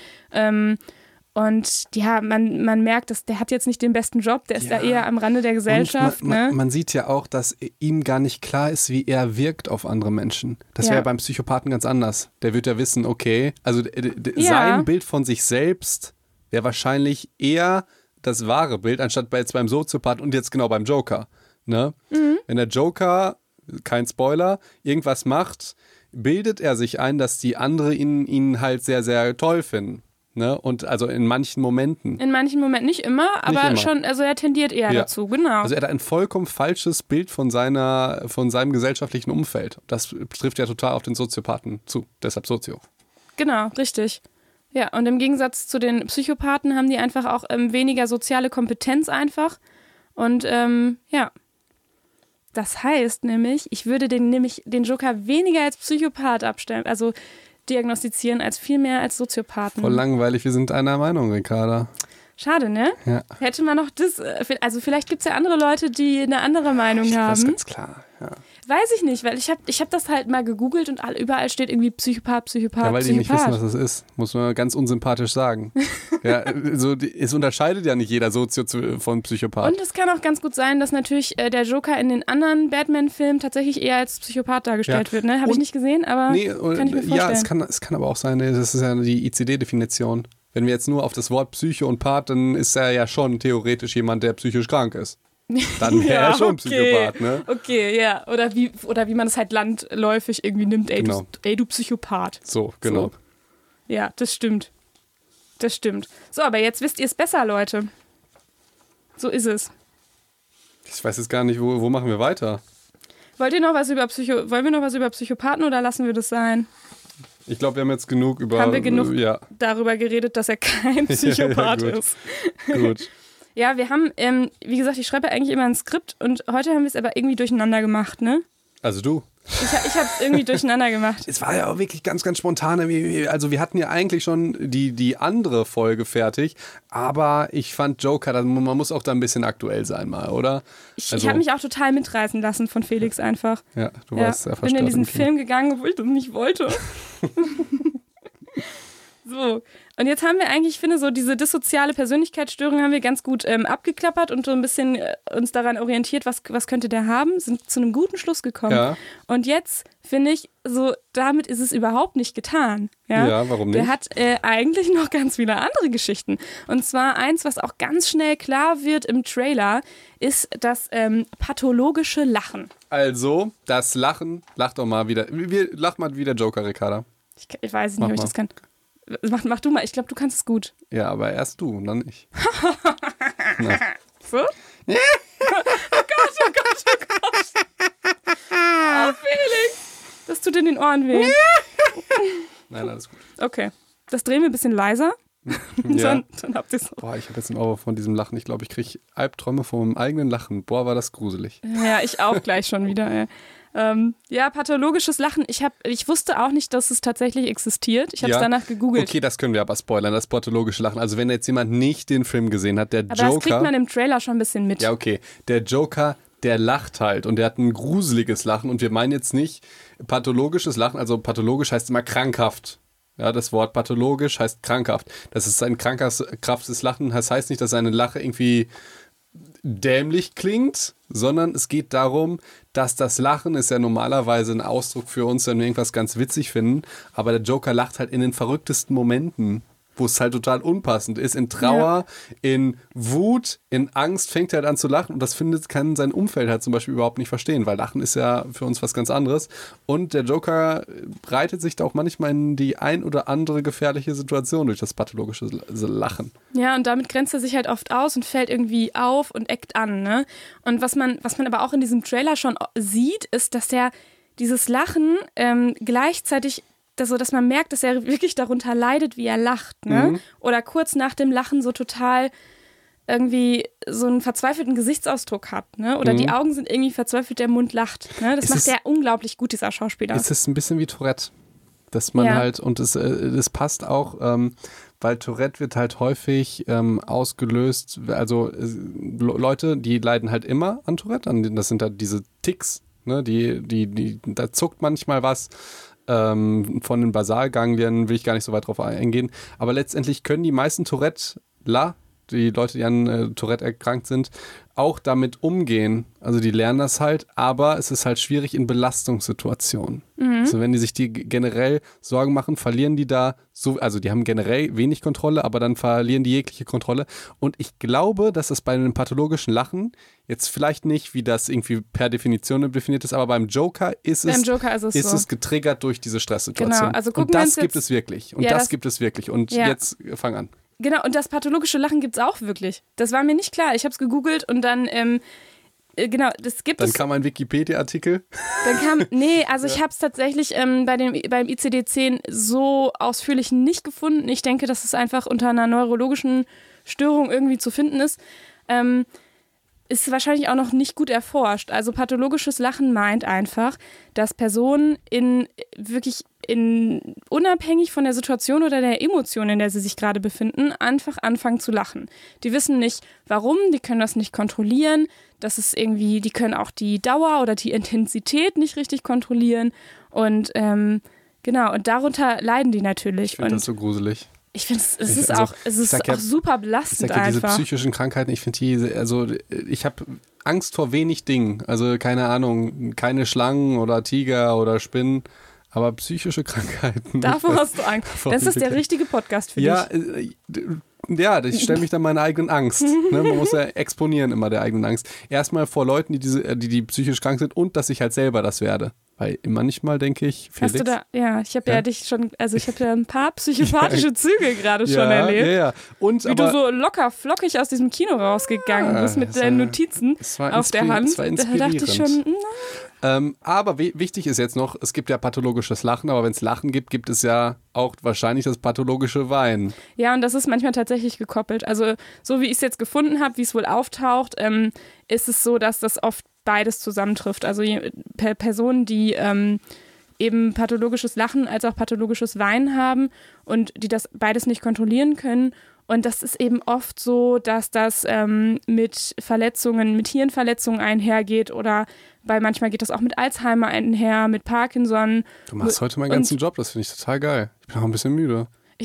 Und ja, man merkt, dass der hat jetzt nicht den besten Job, der ist da eher am Rande der Gesellschaft. Und man sieht ja auch, dass ihm gar nicht klar ist, wie er wirkt auf andere Menschen. Das wäre ja beim Psychopathen ganz anders. Der wird ja wissen, okay, also sein Bild von sich selbst wäre wahrscheinlich eher das wahre Bild, anstatt jetzt beim Soziopathen und jetzt genau beim Joker. Ne? Wenn der Joker, kein Spoiler, irgendwas macht, bildet er sich ein, dass die anderen ihn halt sehr, sehr toll finden. Ne? Und also in manchen Momenten. In manchen Momenten, nicht immer, aber schon, also er tendiert eher dazu, genau. Also er hat ein vollkommen falsches Bild von seinem gesellschaftlichen Umfeld. Das trifft ja total auf den Soziopathen zu, deshalb Sozio. Genau, richtig. Ja, und im Gegensatz zu den Psychopathen haben die einfach auch weniger soziale Kompetenz einfach. Und ja, das heißt nämlich, ich würde den Joker weniger als Psychopath diagnostizieren, als vielmehr als Soziopathen. Voll langweilig, wir sind einer Meinung, Ricarda. Schade, ne? Ja. Hätte man noch das, also vielleicht gibt es ja andere Leute, die eine andere Meinung haben. Das ist ganz klar, ja. Weiß ich nicht, weil ich hab das halt mal gegoogelt und überall steht irgendwie Psychopath. Ja, weil die nicht wissen, was das ist. Muss man ganz unsympathisch sagen. Ja, es unterscheidet ja nicht jeder Sozio von Psychopath. Und es kann auch ganz gut sein, dass natürlich der Joker in den anderen Batman-Filmen tatsächlich eher als Psychopath dargestellt wird. Ne? Habe ich nicht gesehen, aber kann ich mir vorstellen. Ja, es kann aber auch sein, das ist ja die ICD-Definition. Wenn wir jetzt nur auf das Wort Psycho und Path, dann ist er ja schon theoretisch jemand, der psychisch krank ist. Dann wäre er schon Psychopath, ne? Okay, ja. Oder wie man es halt landläufig irgendwie nimmt, genau. du Psychopath. So, genau. So. Ja, das stimmt. Das stimmt. So, aber jetzt wisst ihr es besser, Leute. So ist es. Ich weiß jetzt gar nicht, wo machen wir weiter? Wollen wir noch was über Psychopathen oder lassen wir das sein? Ich glaube, wir haben jetzt genug darüber geredet, dass er kein Psychopath ist. Gut. Ja, wir haben, wie gesagt, ich schreibe eigentlich immer ein Skript und heute haben wir es aber irgendwie durcheinander gemacht, ne? Also du? Ich habe es irgendwie durcheinander gemacht. Es war ja auch wirklich ganz, ganz spontan. Also wir hatten ja eigentlich schon die andere Folge fertig, aber ich fand Joker, man muss auch da ein bisschen aktuell sein mal, oder? Ich habe mich auch total mitreißen lassen von Felix einfach. Ja, du warst sehr verstört. Ich bin in diesen Film gegangen, obwohl ich das nicht wollte. So, und jetzt haben wir eigentlich, ich finde, so diese dissoziale Persönlichkeitsstörung haben wir ganz gut abgeklappert und so ein bisschen uns daran orientiert, was könnte der haben, sind zu einem guten Schluss gekommen. Ja. Und jetzt finde ich, so damit ist es überhaupt nicht getan. Ja, warum nicht? Der hat eigentlich noch ganz viele andere Geschichten. Und zwar eins, was auch ganz schnell klar wird im Trailer, ist das pathologische Lachen. Also, das Lachen, lach doch mal wieder. Lach mal wieder Joker, Ricarda. Ich weiß nicht, ob ich das kann. Mach du mal, ich glaube, du kannst es gut. Ja, aber erst du und dann ich. So? Oh Gott, oh Gott, oh Gott. Oh, Felix. Das tut in den Ohren weh. Nein, alles gut. Okay. Das drehen wir ein bisschen leiser. Ja. Dann habt ihr es. Boah, ich habe jetzt ein Auge von diesem Lachen. Ich glaube, ich kriege Albträume von meinem eigenen Lachen. Boah, war das gruselig. Ja, ich auch gleich schon wieder, ey. Ja, pathologisches Lachen. Ich wusste auch nicht, dass es tatsächlich existiert. Ich habe es danach gegoogelt. Okay, das können wir aber spoilern, das pathologische Lachen. Also wenn jetzt jemand nicht den Film gesehen hat, der aber Joker... das kriegt man im Trailer schon ein bisschen mit. Ja, okay. Der Joker, der lacht halt und der hat ein gruseliges Lachen. Und wir meinen jetzt nicht pathologisches Lachen, also pathologisch heißt immer krankhaft. Ja, das Wort pathologisch heißt krankhaft. Das ist ein krankhaftes Lachen. Das heißt nicht, dass eine Lache irgendwie dämlich klingt, sondern es geht darum, dass das Lachen ist ja normalerweise ein Ausdruck für uns, wenn wir irgendwas ganz witzig finden, aber der Joker lacht halt in den verrücktesten Momenten, wo es halt total unpassend ist. In Trauer, in Wut, in Angst fängt er halt an zu lachen und das kann sein Umfeld halt zum Beispiel überhaupt nicht verstehen, weil Lachen ist ja für uns was ganz anderes. Und der Joker breitet sich da auch manchmal in die ein oder andere gefährliche Situation durch das pathologische Lachen. Ja, und damit grenzt er sich halt oft aus und fällt irgendwie auf und eckt an, ne? Und was man aber auch in diesem Trailer schon sieht, ist, dass der dieses Lachen gleichzeitig dass man merkt, dass er wirklich darunter leidet, wie er lacht, ne? Oder kurz nach dem Lachen so total irgendwie so einen verzweifelten Gesichtsausdruck hat, ne? Oder die Augen sind irgendwie verzweifelt, der Mund lacht, ne? Das macht er unglaublich gut, dieser Schauspieler. Es ist ein bisschen wie Tourette, dass man halt, und das passt auch, weil Tourette wird halt häufig ausgelöst, also Leute, die leiden halt immer an Tourette, das sind halt diese Ticks, ne? Da zuckt manchmal was, von den Basalganglien will ich gar nicht so weit drauf eingehen, aber letztendlich können die meisten Tourette-La, die Leute, die an Tourette erkrankt sind, auch damit umgehen. Also die lernen das halt, aber es ist halt schwierig in Belastungssituationen. Also wenn die sich generell Sorgen machen, verlieren die da also die haben generell wenig Kontrolle, aber dann verlieren die jegliche Kontrolle. Und ich glaube, dass das bei einem pathologischen Lachen jetzt vielleicht nicht, wie das irgendwie per Definition definiert ist, aber beim Joker ist es getriggert durch diese Stresssituation. Genau, also und das gibt es wirklich. Und das gibt es wirklich. Und jetzt fang an. Genau, und das pathologische Lachen gibt es auch wirklich. Das war mir nicht klar. Ich habe es gegoogelt und dann, genau, das gibt es. Dann kam ein Wikipedia-Artikel. Ich habe es tatsächlich beim ICD-10 so ausführlich nicht gefunden. Ich denke, dass es einfach unter einer neurologischen Störung irgendwie zu finden ist. ist wahrscheinlich auch noch nicht gut erforscht. Also pathologisches Lachen meint einfach, dass Personen unabhängig von der Situation oder der Emotion, in der sie sich gerade befinden, einfach anfangen zu lachen. Die wissen nicht, warum, die können das nicht kontrollieren. Das ist irgendwie, die können auch die Dauer oder die Intensität nicht richtig kontrollieren. Und genau, und darunter leiden die natürlich. Ich finde das so gruselig. Ich finde, es ist auch super belastend ich sag ja, einfach. diese psychischen Krankheiten, ich finde ich habe Angst vor wenig Dingen. Also keine Ahnung, keine Schlangen oder Tiger oder Spinnen, aber psychische Krankheiten. Davor hast du Angst. Das ist der richtige Podcast für dich. Ja, ich stelle mich dann meiner eigenen Angst. Ne? Man muss ja exponieren immer der eigenen Angst. Erstmal vor Leuten, die psychisch krank sind und dass ich halt selber das werde. Weil manchmal denke ich, Felix. Hast du da, ich habe ja dich schon, also ich habe ja ein paar psychopathische Züge gerade schon erlebt. Ja. Und, wie du so locker flockig aus diesem Kino rausgegangen bist mit deinen Notizen auf der Hand. Das war inspirierend. Da dachte ich schon, aber wichtig ist jetzt noch, es gibt ja pathologisches Lachen, aber wenn es Lachen gibt, gibt es ja auch wahrscheinlich das pathologische Weinen. Ja, und das ist manchmal tatsächlich gekoppelt. Also so wie ich es jetzt gefunden habe, wie es wohl auftaucht, ist es so, dass das oft beides zusammentrifft. Also Personen, die eben pathologisches Lachen als auch pathologisches Weinen haben und die das beides nicht kontrollieren können. Und das ist eben oft so, dass das mit Verletzungen, mit Hirnverletzungen einhergeht weil manchmal geht das auch mit Alzheimer einher, mit Parkinson. Du machst heute meinen ganzen Job, das finde ich total geil. Ich bin auch ein bisschen müde.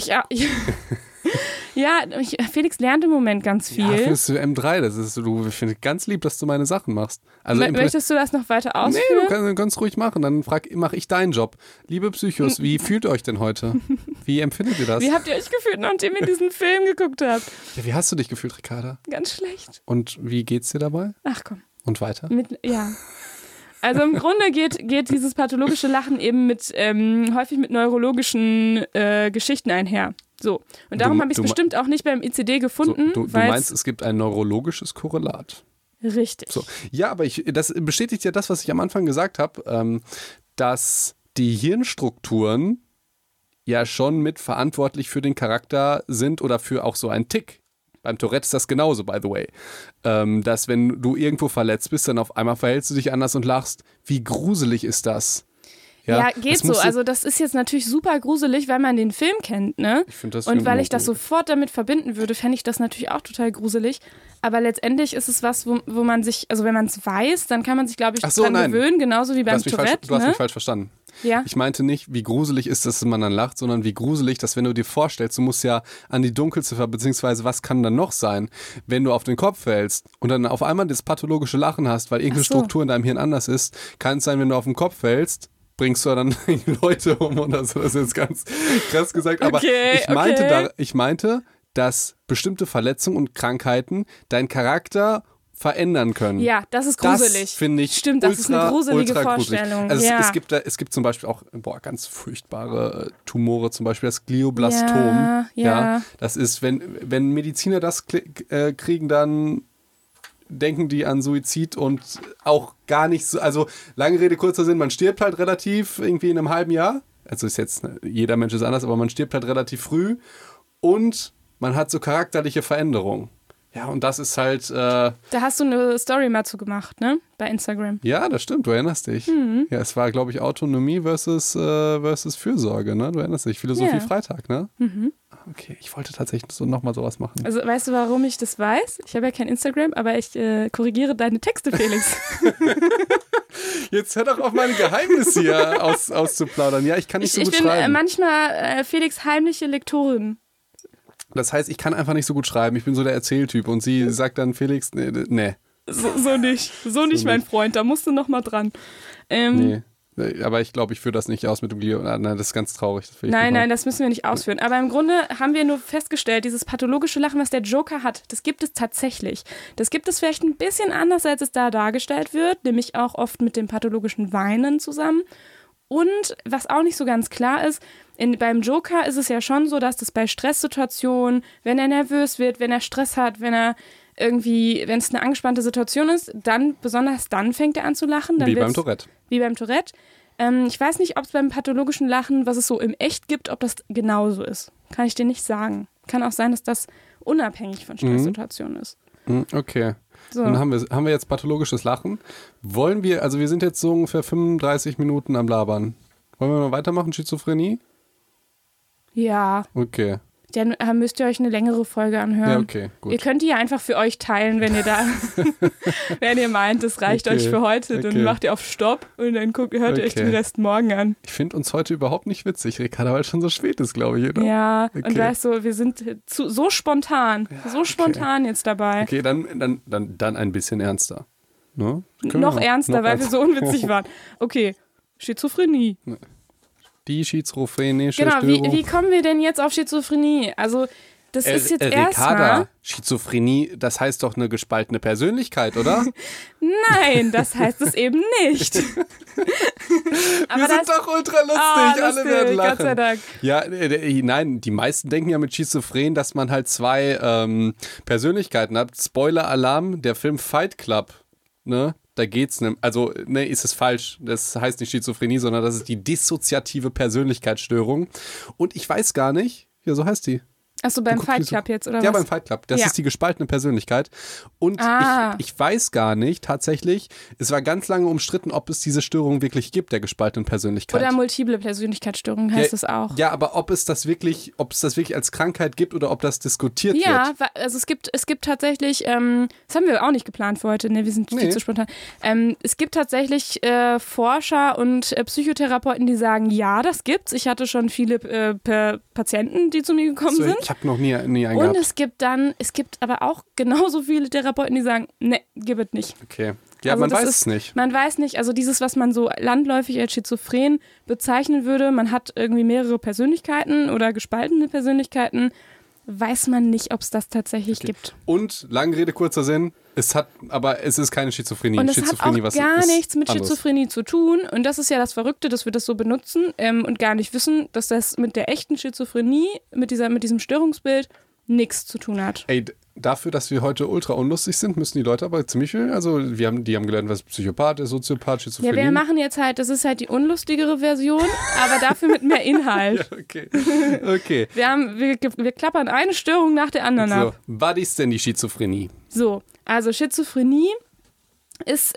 Felix lernt im Moment ganz viel. Ja, findest du M3, ich finde ganz lieb, dass du meine Sachen machst. Also möchtest du das noch weiter ausführen? Nee, du kannst ruhig machen, dann mache ich deinen Job. Liebe Psychos, wie fühlt ihr euch denn heute? Wie empfindet ihr das? Wie habt ihr euch gefühlt, nachdem ihr diesen Film geguckt habt? Ja, wie hast du dich gefühlt, Ricarda? Ganz schlecht. Und wie geht's dir dabei? Ach komm. Und weiter? Also im Grunde geht dieses pathologische Lachen eben häufig mit neurologischen Geschichten einher. So. Und darum habe ich es bestimmt auch nicht beim ICD gefunden. Du meinst, es gibt ein neurologisches Korrelat. Richtig. So. Ja, aber das bestätigt ja das, was ich am Anfang gesagt habe, dass die Hirnstrukturen ja schon mit verantwortlich für den Charakter sind oder für auch so einen Tick. Beim Tourette ist das genauso, by the way. Dass wenn du irgendwo verletzt bist, dann auf einmal verhältst du dich anders und lachst. Wie gruselig ist das? Ja, geht so. Also das ist jetzt natürlich super gruselig, weil man den Film kennt, ne? Ich finde das und weil ich das sofort damit verbinden würde, fände ich das natürlich auch total gruselig. Aber letztendlich ist es was, wo man sich, also wenn man es weiß, dann kann man sich, glaube ich, dran gewöhnen, genauso wie beim Tourette. Du hast mich falsch verstanden. Ja. Ich meinte nicht, wie gruselig ist es, dass man dann lacht, sondern wie gruselig, dass wenn du dir vorstellst, du musst ja an die Dunkelziffer, beziehungsweise was kann dann noch sein, wenn du auf den Kopf fällst und dann auf einmal das pathologische Lachen hast, weil irgendeine Struktur in deinem Hirn anders ist, kann es sein, wenn du auf den Kopf fällst, bringst du dann Leute um oder so, das ist jetzt ganz krass gesagt, aber ich meinte, dass bestimmte Verletzungen und Krankheiten deinen Charakter verändern können. Ja, das ist gruselig. Das finde ich Stimmt, das ist eine gruselige Vorstellung. Also es gibt zum Beispiel auch ganz furchtbare Tumore, zum Beispiel das Glioblastom. Ja. Das ist, wenn Mediziner das kriegen, dann denken die an Suizid und auch gar nicht so, also lange Rede, kurzer Sinn, man stirbt halt relativ irgendwie in einem halben Jahr. Also ist jetzt, jeder Mensch ist anders, aber man stirbt halt relativ früh und man hat so charakterliche Veränderungen. Ja, und das ist halt... Da hast du eine Story mal zu gemacht, ne? Bei Instagram. Ja, das stimmt, du erinnerst dich. Mhm. Ja, es war, glaube ich, Autonomie versus Fürsorge, ne? Du erinnerst dich, Philosophie Freitag, ne? Mhm. Okay, ich wollte tatsächlich so nochmal sowas machen. Also weißt du, warum ich das weiß? Ich habe ja kein Instagram, aber ich korrigiere deine Texte, Felix. Jetzt hör doch auf, meine Geheimnisse hier auszuplaudern. Ja, ich kann nicht so gut schreiben. Ich bin manchmal Felix heimliche Lektorin. Das heißt, ich kann einfach nicht so gut schreiben. Ich bin so der Erzähltyp. Und sie sagt dann, Felix, nee. So nicht. So nicht, mein Freund. Da musst du noch mal dran. Nee. Aber ich glaube, ich führe das nicht aus mit dem Glio. Nein, das ist ganz traurig. Nein, das müssen wir nicht ausführen. Aber im Grunde haben wir nur festgestellt, dieses pathologische Lachen, was der Joker hat, das gibt es tatsächlich. Das gibt es vielleicht ein bisschen anders, als es da dargestellt wird, nämlich auch oft mit dem pathologischen Weinen zusammen. Und was auch nicht so ganz klar ist, beim Joker ist es ja schon so, dass das bei Stresssituationen, wenn er nervös wird, wenn er Stress hat, wenn es eine angespannte Situation ist, besonders dann fängt er an zu lachen. Dann wie beim Tourette. Wie beim Tourette. Ich weiß nicht, ob es beim pathologischen Lachen, was es so im Echt gibt, ob das genauso ist. Kann ich dir nicht sagen. Kann auch sein, dass das unabhängig von Stresssituationen ist. Okay. So. Dann haben wir jetzt pathologisches Lachen. Wollen wir, also wir sind jetzt so ungefähr 35 Minuten am Labern. Wollen wir mal weitermachen, Schizophrenie? Ja. Okay. Dann müsst ihr euch eine längere Folge anhören. Ja, okay, gut. Ihr könnt die ja einfach für euch teilen, wenn ihr wenn ihr meint, das reicht euch für heute, dann macht ihr auf Stopp und dann hört ihr euch den Rest morgen an. Ich finde uns heute überhaupt nicht witzig, Ricarda, weil es schon so spät ist, glaube ich, oder? Ja, und weißt du, wir sind so spontan, jetzt dabei. Okay, dann ein bisschen ernster. Ne? Noch ernster, weil wir so unwitzig waren. Okay, Schizophrenie. Die schizophrenische Genau, Störung. wie kommen wir denn jetzt auf Schizophrenie? Also, das ist jetzt erstmal... Schizophrenie, das heißt doch eine gespaltene Persönlichkeit, oder? Nein, das heißt es eben nicht. Aber wir sind doch ultra lustig, alle werden lachen. Gott sei Dank. Ja, nein, die meisten denken ja mit Schizophren, dass man halt zwei Persönlichkeiten hat. Spoiler-Alarm, der Film Fight Club, ne? Da geht's nicht. Also, ist es falsch. Das heißt nicht Schizophrenie, sondern das ist die dissoziative Persönlichkeitsstörung. Und ich weiß gar nicht, ja, so heißt die. Achso, beim Fight Club jetzt, oder was? Ja, beim Fight Club. Das ist die gespaltene Persönlichkeit. Und ich weiß gar nicht, tatsächlich, es war ganz lange umstritten, ob es diese Störung wirklich gibt, der gespaltenen Persönlichkeit. Oder multiple Persönlichkeitsstörung heißt es auch. Ja, aber ob es das wirklich als Krankheit gibt oder ob das diskutiert wird. Ja, also es gibt tatsächlich, das haben wir auch nicht geplant für heute, wir sind viel zu spontan. Es gibt tatsächlich Forscher und Psychotherapeuten, die sagen, ja, das gibt's. Ich hatte schon viele Patienten, die zu mir gekommen sind. Ich habe noch nie einen gehabt. Und es gibt aber auch genauso viele Therapeuten, die sagen, ne, gibt es nicht. Okay. Ja, also man weiß es nicht. Man weiß nicht, also dieses, was man so landläufig als schizophren bezeichnen würde, man hat irgendwie mehrere Persönlichkeiten oder gespaltene Persönlichkeiten, weiß man nicht, ob es das tatsächlich gibt. Und, lange Rede, kurzer Sinn, es ist keine Schizophrenie. Und es Schizophrenie, hat auch gar nichts mit Schizophrenie zu tun. Und das ist ja das Verrückte, dass wir das so benutzen und gar nicht wissen, dass das mit der echten Schizophrenie, mit diesem Störungsbild, nichts zu tun hat. Ey, dafür, dass wir heute ultra unlustig sind, müssen die Leute aber ziemlich viel, also die haben gelernt, was Psychopath ist, Soziopath, Schizophrenie. Ja, wir machen jetzt halt, das ist halt die unlustigere Version, aber dafür mit mehr Inhalt. Ja, okay. Wir klappern eine Störung nach der anderen ab. Was ist denn die Schizophrenie? So, also Schizophrenie ist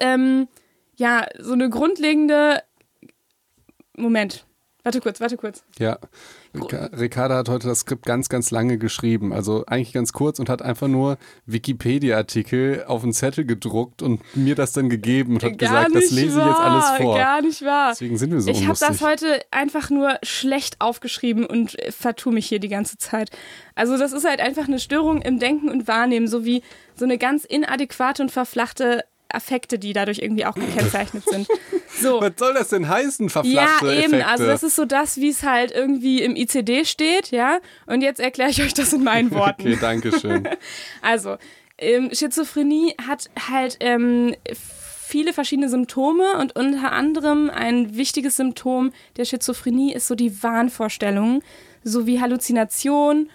so eine grundlegende... Moment, warte kurz. Ja, Ricarda hat heute das Skript ganz, ganz lange geschrieben, also eigentlich ganz kurz und hat einfach nur Wikipedia-Artikel auf einen Zettel gedruckt und mir das dann gegeben und hat gesagt, das lese ich jetzt alles vor. Gar nicht wahr. Deswegen sind wir so unlustig. Ich habe das heute einfach nur schlecht aufgeschrieben und vertue mich hier die ganze Zeit. Also das ist halt einfach eine Störung im Denken und Wahrnehmen, sowie so eine ganz inadäquate und verflachte Affekte, die dadurch irgendwie auch gekennzeichnet sind. So. Was soll das denn heißen, verflachte Effekte? Ja, eben. Also das ist so das, wie es halt irgendwie im ICD steht, ja. Und jetzt erkläre ich euch das in meinen Worten. Okay, danke schön. Also, Schizophrenie hat halt viele verschiedene Symptome und unter anderem ein wichtiges Symptom der Schizophrenie ist so die Wahnvorstellung, sowie Halluzination.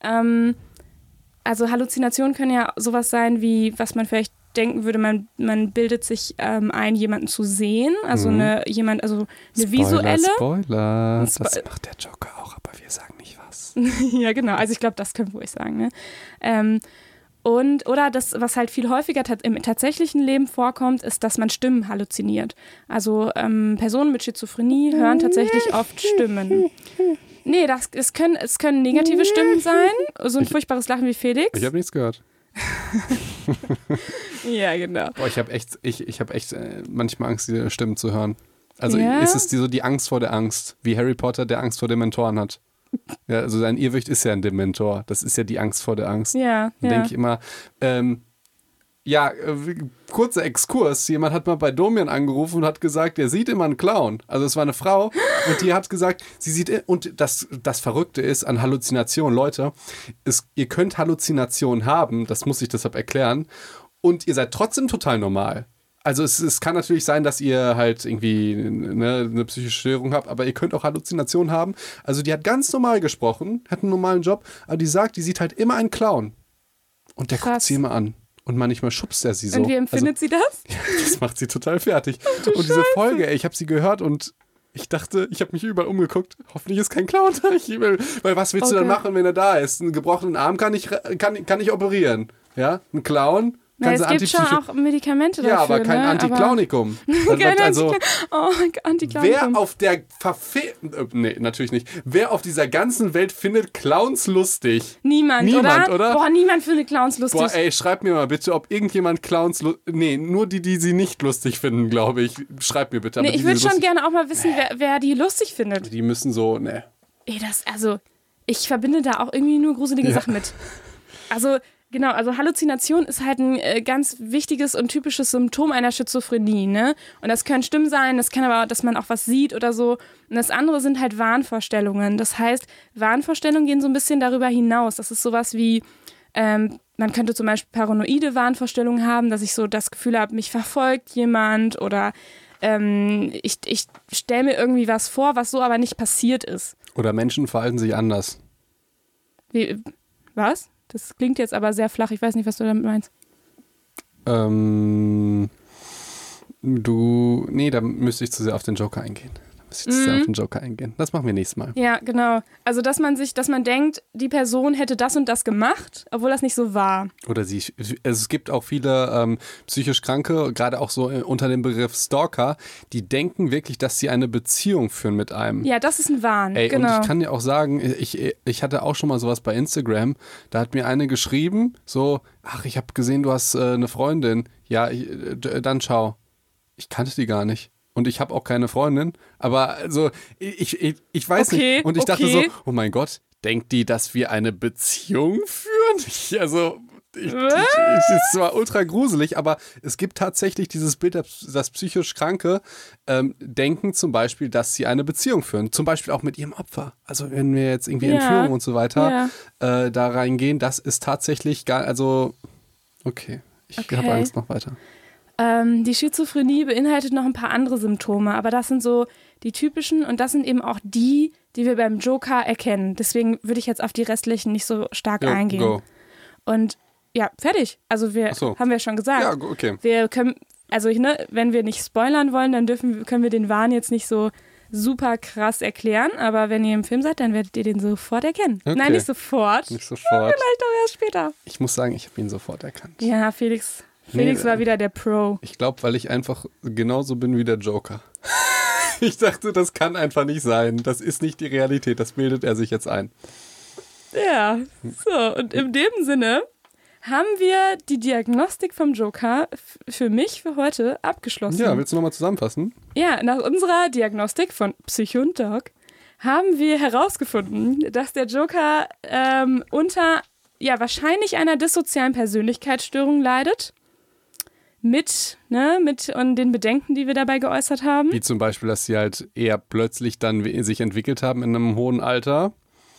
Also Halluzinationen können ja sowas sein wie, was man vielleicht denken würde, man bildet sich ein, jemanden zu sehen, also eine visuelle. Spoiler, das macht der Joker auch, aber wir sagen nicht was. Ja, genau, also ich glaube, das können wir ruhig sagen. Ne? Oder das, was halt viel häufiger im tatsächlichen Leben vorkommt, ist, dass man Stimmen halluziniert. Also Personen mit Schizophrenie hören tatsächlich oft Stimmen. Nee, es können negative Stimmen sein, so ein furchtbares Lachen wie Felix. Ich habe nichts gehört. Ja, genau. Boah, ich habe echt manchmal Angst, diese Stimmen zu hören. Also ist es so die Angst vor der Angst, wie Harry Potter der Angst vor Dementoren hat. Ja, also sein Irrwicht ist ja ein Dementor. Das ist ja die Angst vor der Angst. Ja. Dann denke ich immer, kurzer Exkurs. Jemand hat mal bei Domian angerufen und hat gesagt, er sieht immer einen Clown. Also es war eine Frau und die hat gesagt, sie sieht, und das Verrückte ist an Halluzinationen, Leute, ihr könnt Halluzinationen haben, das muss ich deshalb erklären, und ihr seid trotzdem total normal. Also es kann natürlich sein, dass ihr halt irgendwie eine psychische Störung habt, aber ihr könnt auch Halluzinationen haben. Also die hat ganz normal gesprochen, hat einen normalen Job, aber die sagt, die sieht halt immer einen Clown. Und der guckt sie immer an. Und manchmal schubst er sie so. Und wie empfindet sie das? Ja, das macht sie total fertig. Und diese Folge, ich habe sie gehört und ich dachte, ich habe mich überall umgeguckt. Hoffentlich ist kein Clown da. Weil was willst du dann machen, wenn er da ist? Einen gebrochenen Arm kann ich operieren. Ja, ein Clown Na, es gibt schon auch Medikamente dafür. Ja, aber kein Antiklaunikum. Also, Antiklaunikum. Wer auf der nee, natürlich nicht. Wer auf dieser ganzen Welt findet Clowns lustig? Niemand, oder? Boah, niemand findet Clowns lustig. Boah, ey, schreib mir mal bitte, ob irgendjemand Clowns nee, nur die sie nicht lustig finden, glaube ich. Schreib mir bitte. Nee, ich würde schon gerne auch mal wissen, wer die lustig findet. Die müssen so, ne. Ey, ich verbinde da auch irgendwie nur gruselige Sachen mit. Also, genau, Halluzination ist halt ein ganz wichtiges und typisches Symptom einer Schizophrenie, ne? Und das können Stimmen sein, das kann aber auch, dass man auch was sieht oder so. Und das andere sind halt Wahnvorstellungen. Das heißt, Wahnvorstellungen gehen so ein bisschen darüber hinaus. Das ist sowas wie, man könnte zum Beispiel paranoide Wahnvorstellungen haben, dass ich so das Gefühl habe, mich verfolgt jemand oder ich stelle mir irgendwie was vor, was so aber nicht passiert ist. Oder Menschen verhalten sich anders. Wie, was? Das klingt jetzt aber sehr flach. Ich weiß nicht, was du damit meinst. Nee, da müsste ich zu sehr auf den Joker eingehen. Das machen wir nächstes Mal. Ja, genau. Also, dass man denkt, die Person hätte das und das gemacht, obwohl das nicht so war. Oder es gibt auch viele psychisch Kranke, gerade auch so unter dem Begriff Stalker, die denken wirklich, dass sie eine Beziehung führen mit einem. Ja, das ist ein Wahn, Ey, genau. Und ich kann dir auch sagen, ich hatte auch schon mal sowas bei Instagram, da hat mir eine geschrieben, so, ach, ich habe gesehen, du hast eine Freundin. Ja, dann ciao. Ich kannte die gar nicht. Und ich habe auch keine Freundin, aber also ich weiß nicht. Und ich dachte so, oh mein Gott, denkt die, dass wir eine Beziehung führen? Es war ultra gruselig, aber es gibt tatsächlich dieses Bild, dass psychisch Kranke denken zum Beispiel, dass sie eine Beziehung führen. Zum Beispiel auch mit ihrem Opfer. Also wenn wir jetzt irgendwie Entführung und so weiter da reingehen, das ist tatsächlich okay, ich habe Angst noch weiter. Die Schizophrenie beinhaltet noch ein paar andere Symptome, aber das sind so die typischen und das sind eben auch die wir beim Joker erkennen. Deswegen würde ich jetzt auf die restlichen nicht so stark eingehen. Go. Und ja, fertig. Also haben wir schon gesagt. Ja, okay. Wir können, wenn wir nicht spoilern wollen, dann können wir den Wahn jetzt nicht so super krass erklären, aber wenn ihr im Film seid, dann werdet ihr den sofort erkennen. Okay. Nein, nicht sofort. Nicht sofort. Vielleicht auch erst später. Ich muss sagen, ich habe ihn sofort erkannt. Ja, Felix war wieder der Pro. Ich glaube, weil ich einfach genauso bin wie der Joker. Ich dachte, das kann einfach nicht sein. Das ist nicht die Realität. Das bildet er sich jetzt ein. Ja, so. Und in dem Sinne haben wir die Diagnostik vom Joker für heute abgeschlossen. Ja, willst du nochmal zusammenfassen? Ja, nach unserer Diagnostik von Psycho und Doc haben wir herausgefunden, dass der Joker unter wahrscheinlich einer dissozialen Persönlichkeitsstörung leidet. Mit und den Bedenken, die wir dabei geäußert haben. Wie zum Beispiel, dass sie halt eher plötzlich dann sich entwickelt haben in einem hohen Alter.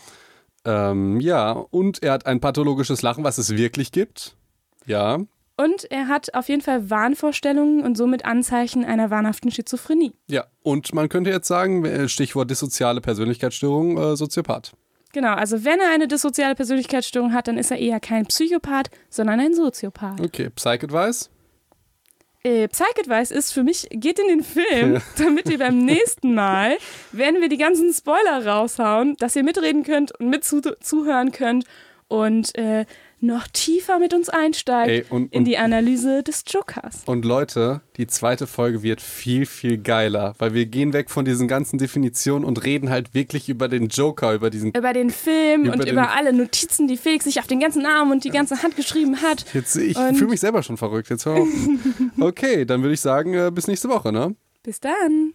Und er hat ein pathologisches Lachen, was es wirklich gibt. Ja. Und er hat auf jeden Fall Wahnvorstellungen und somit Anzeichen einer wahnhaften Schizophrenie. Ja, und man könnte jetzt sagen, Stichwort dissoziale Persönlichkeitsstörung, Soziopath. Genau, also wenn er eine dissoziale Persönlichkeitsstörung hat, dann ist er eher kein Psychopath, sondern ein Soziopath. Okay, Psych-Advice? Psych-Advice ist für mich, geht in den Film, damit ihr beim nächsten Mal, wenn wir die ganzen Spoiler raushauen, dass ihr mitreden könnt und zuhören könnt und noch tiefer mit uns einsteigt in die Analyse des Jokers. Und Leute, die zweite Folge wird viel, viel geiler, weil wir gehen weg von diesen ganzen Definitionen und reden halt wirklich über den Joker, über den Film und über alle Notizen, die Felix sich auf den ganzen Arm und die ganze Hand geschrieben hat. Ich fühle mich selber schon verrückt. Jetzt hör auf. Okay, dann würde ich sagen, bis nächste Woche, ne? Bis dann.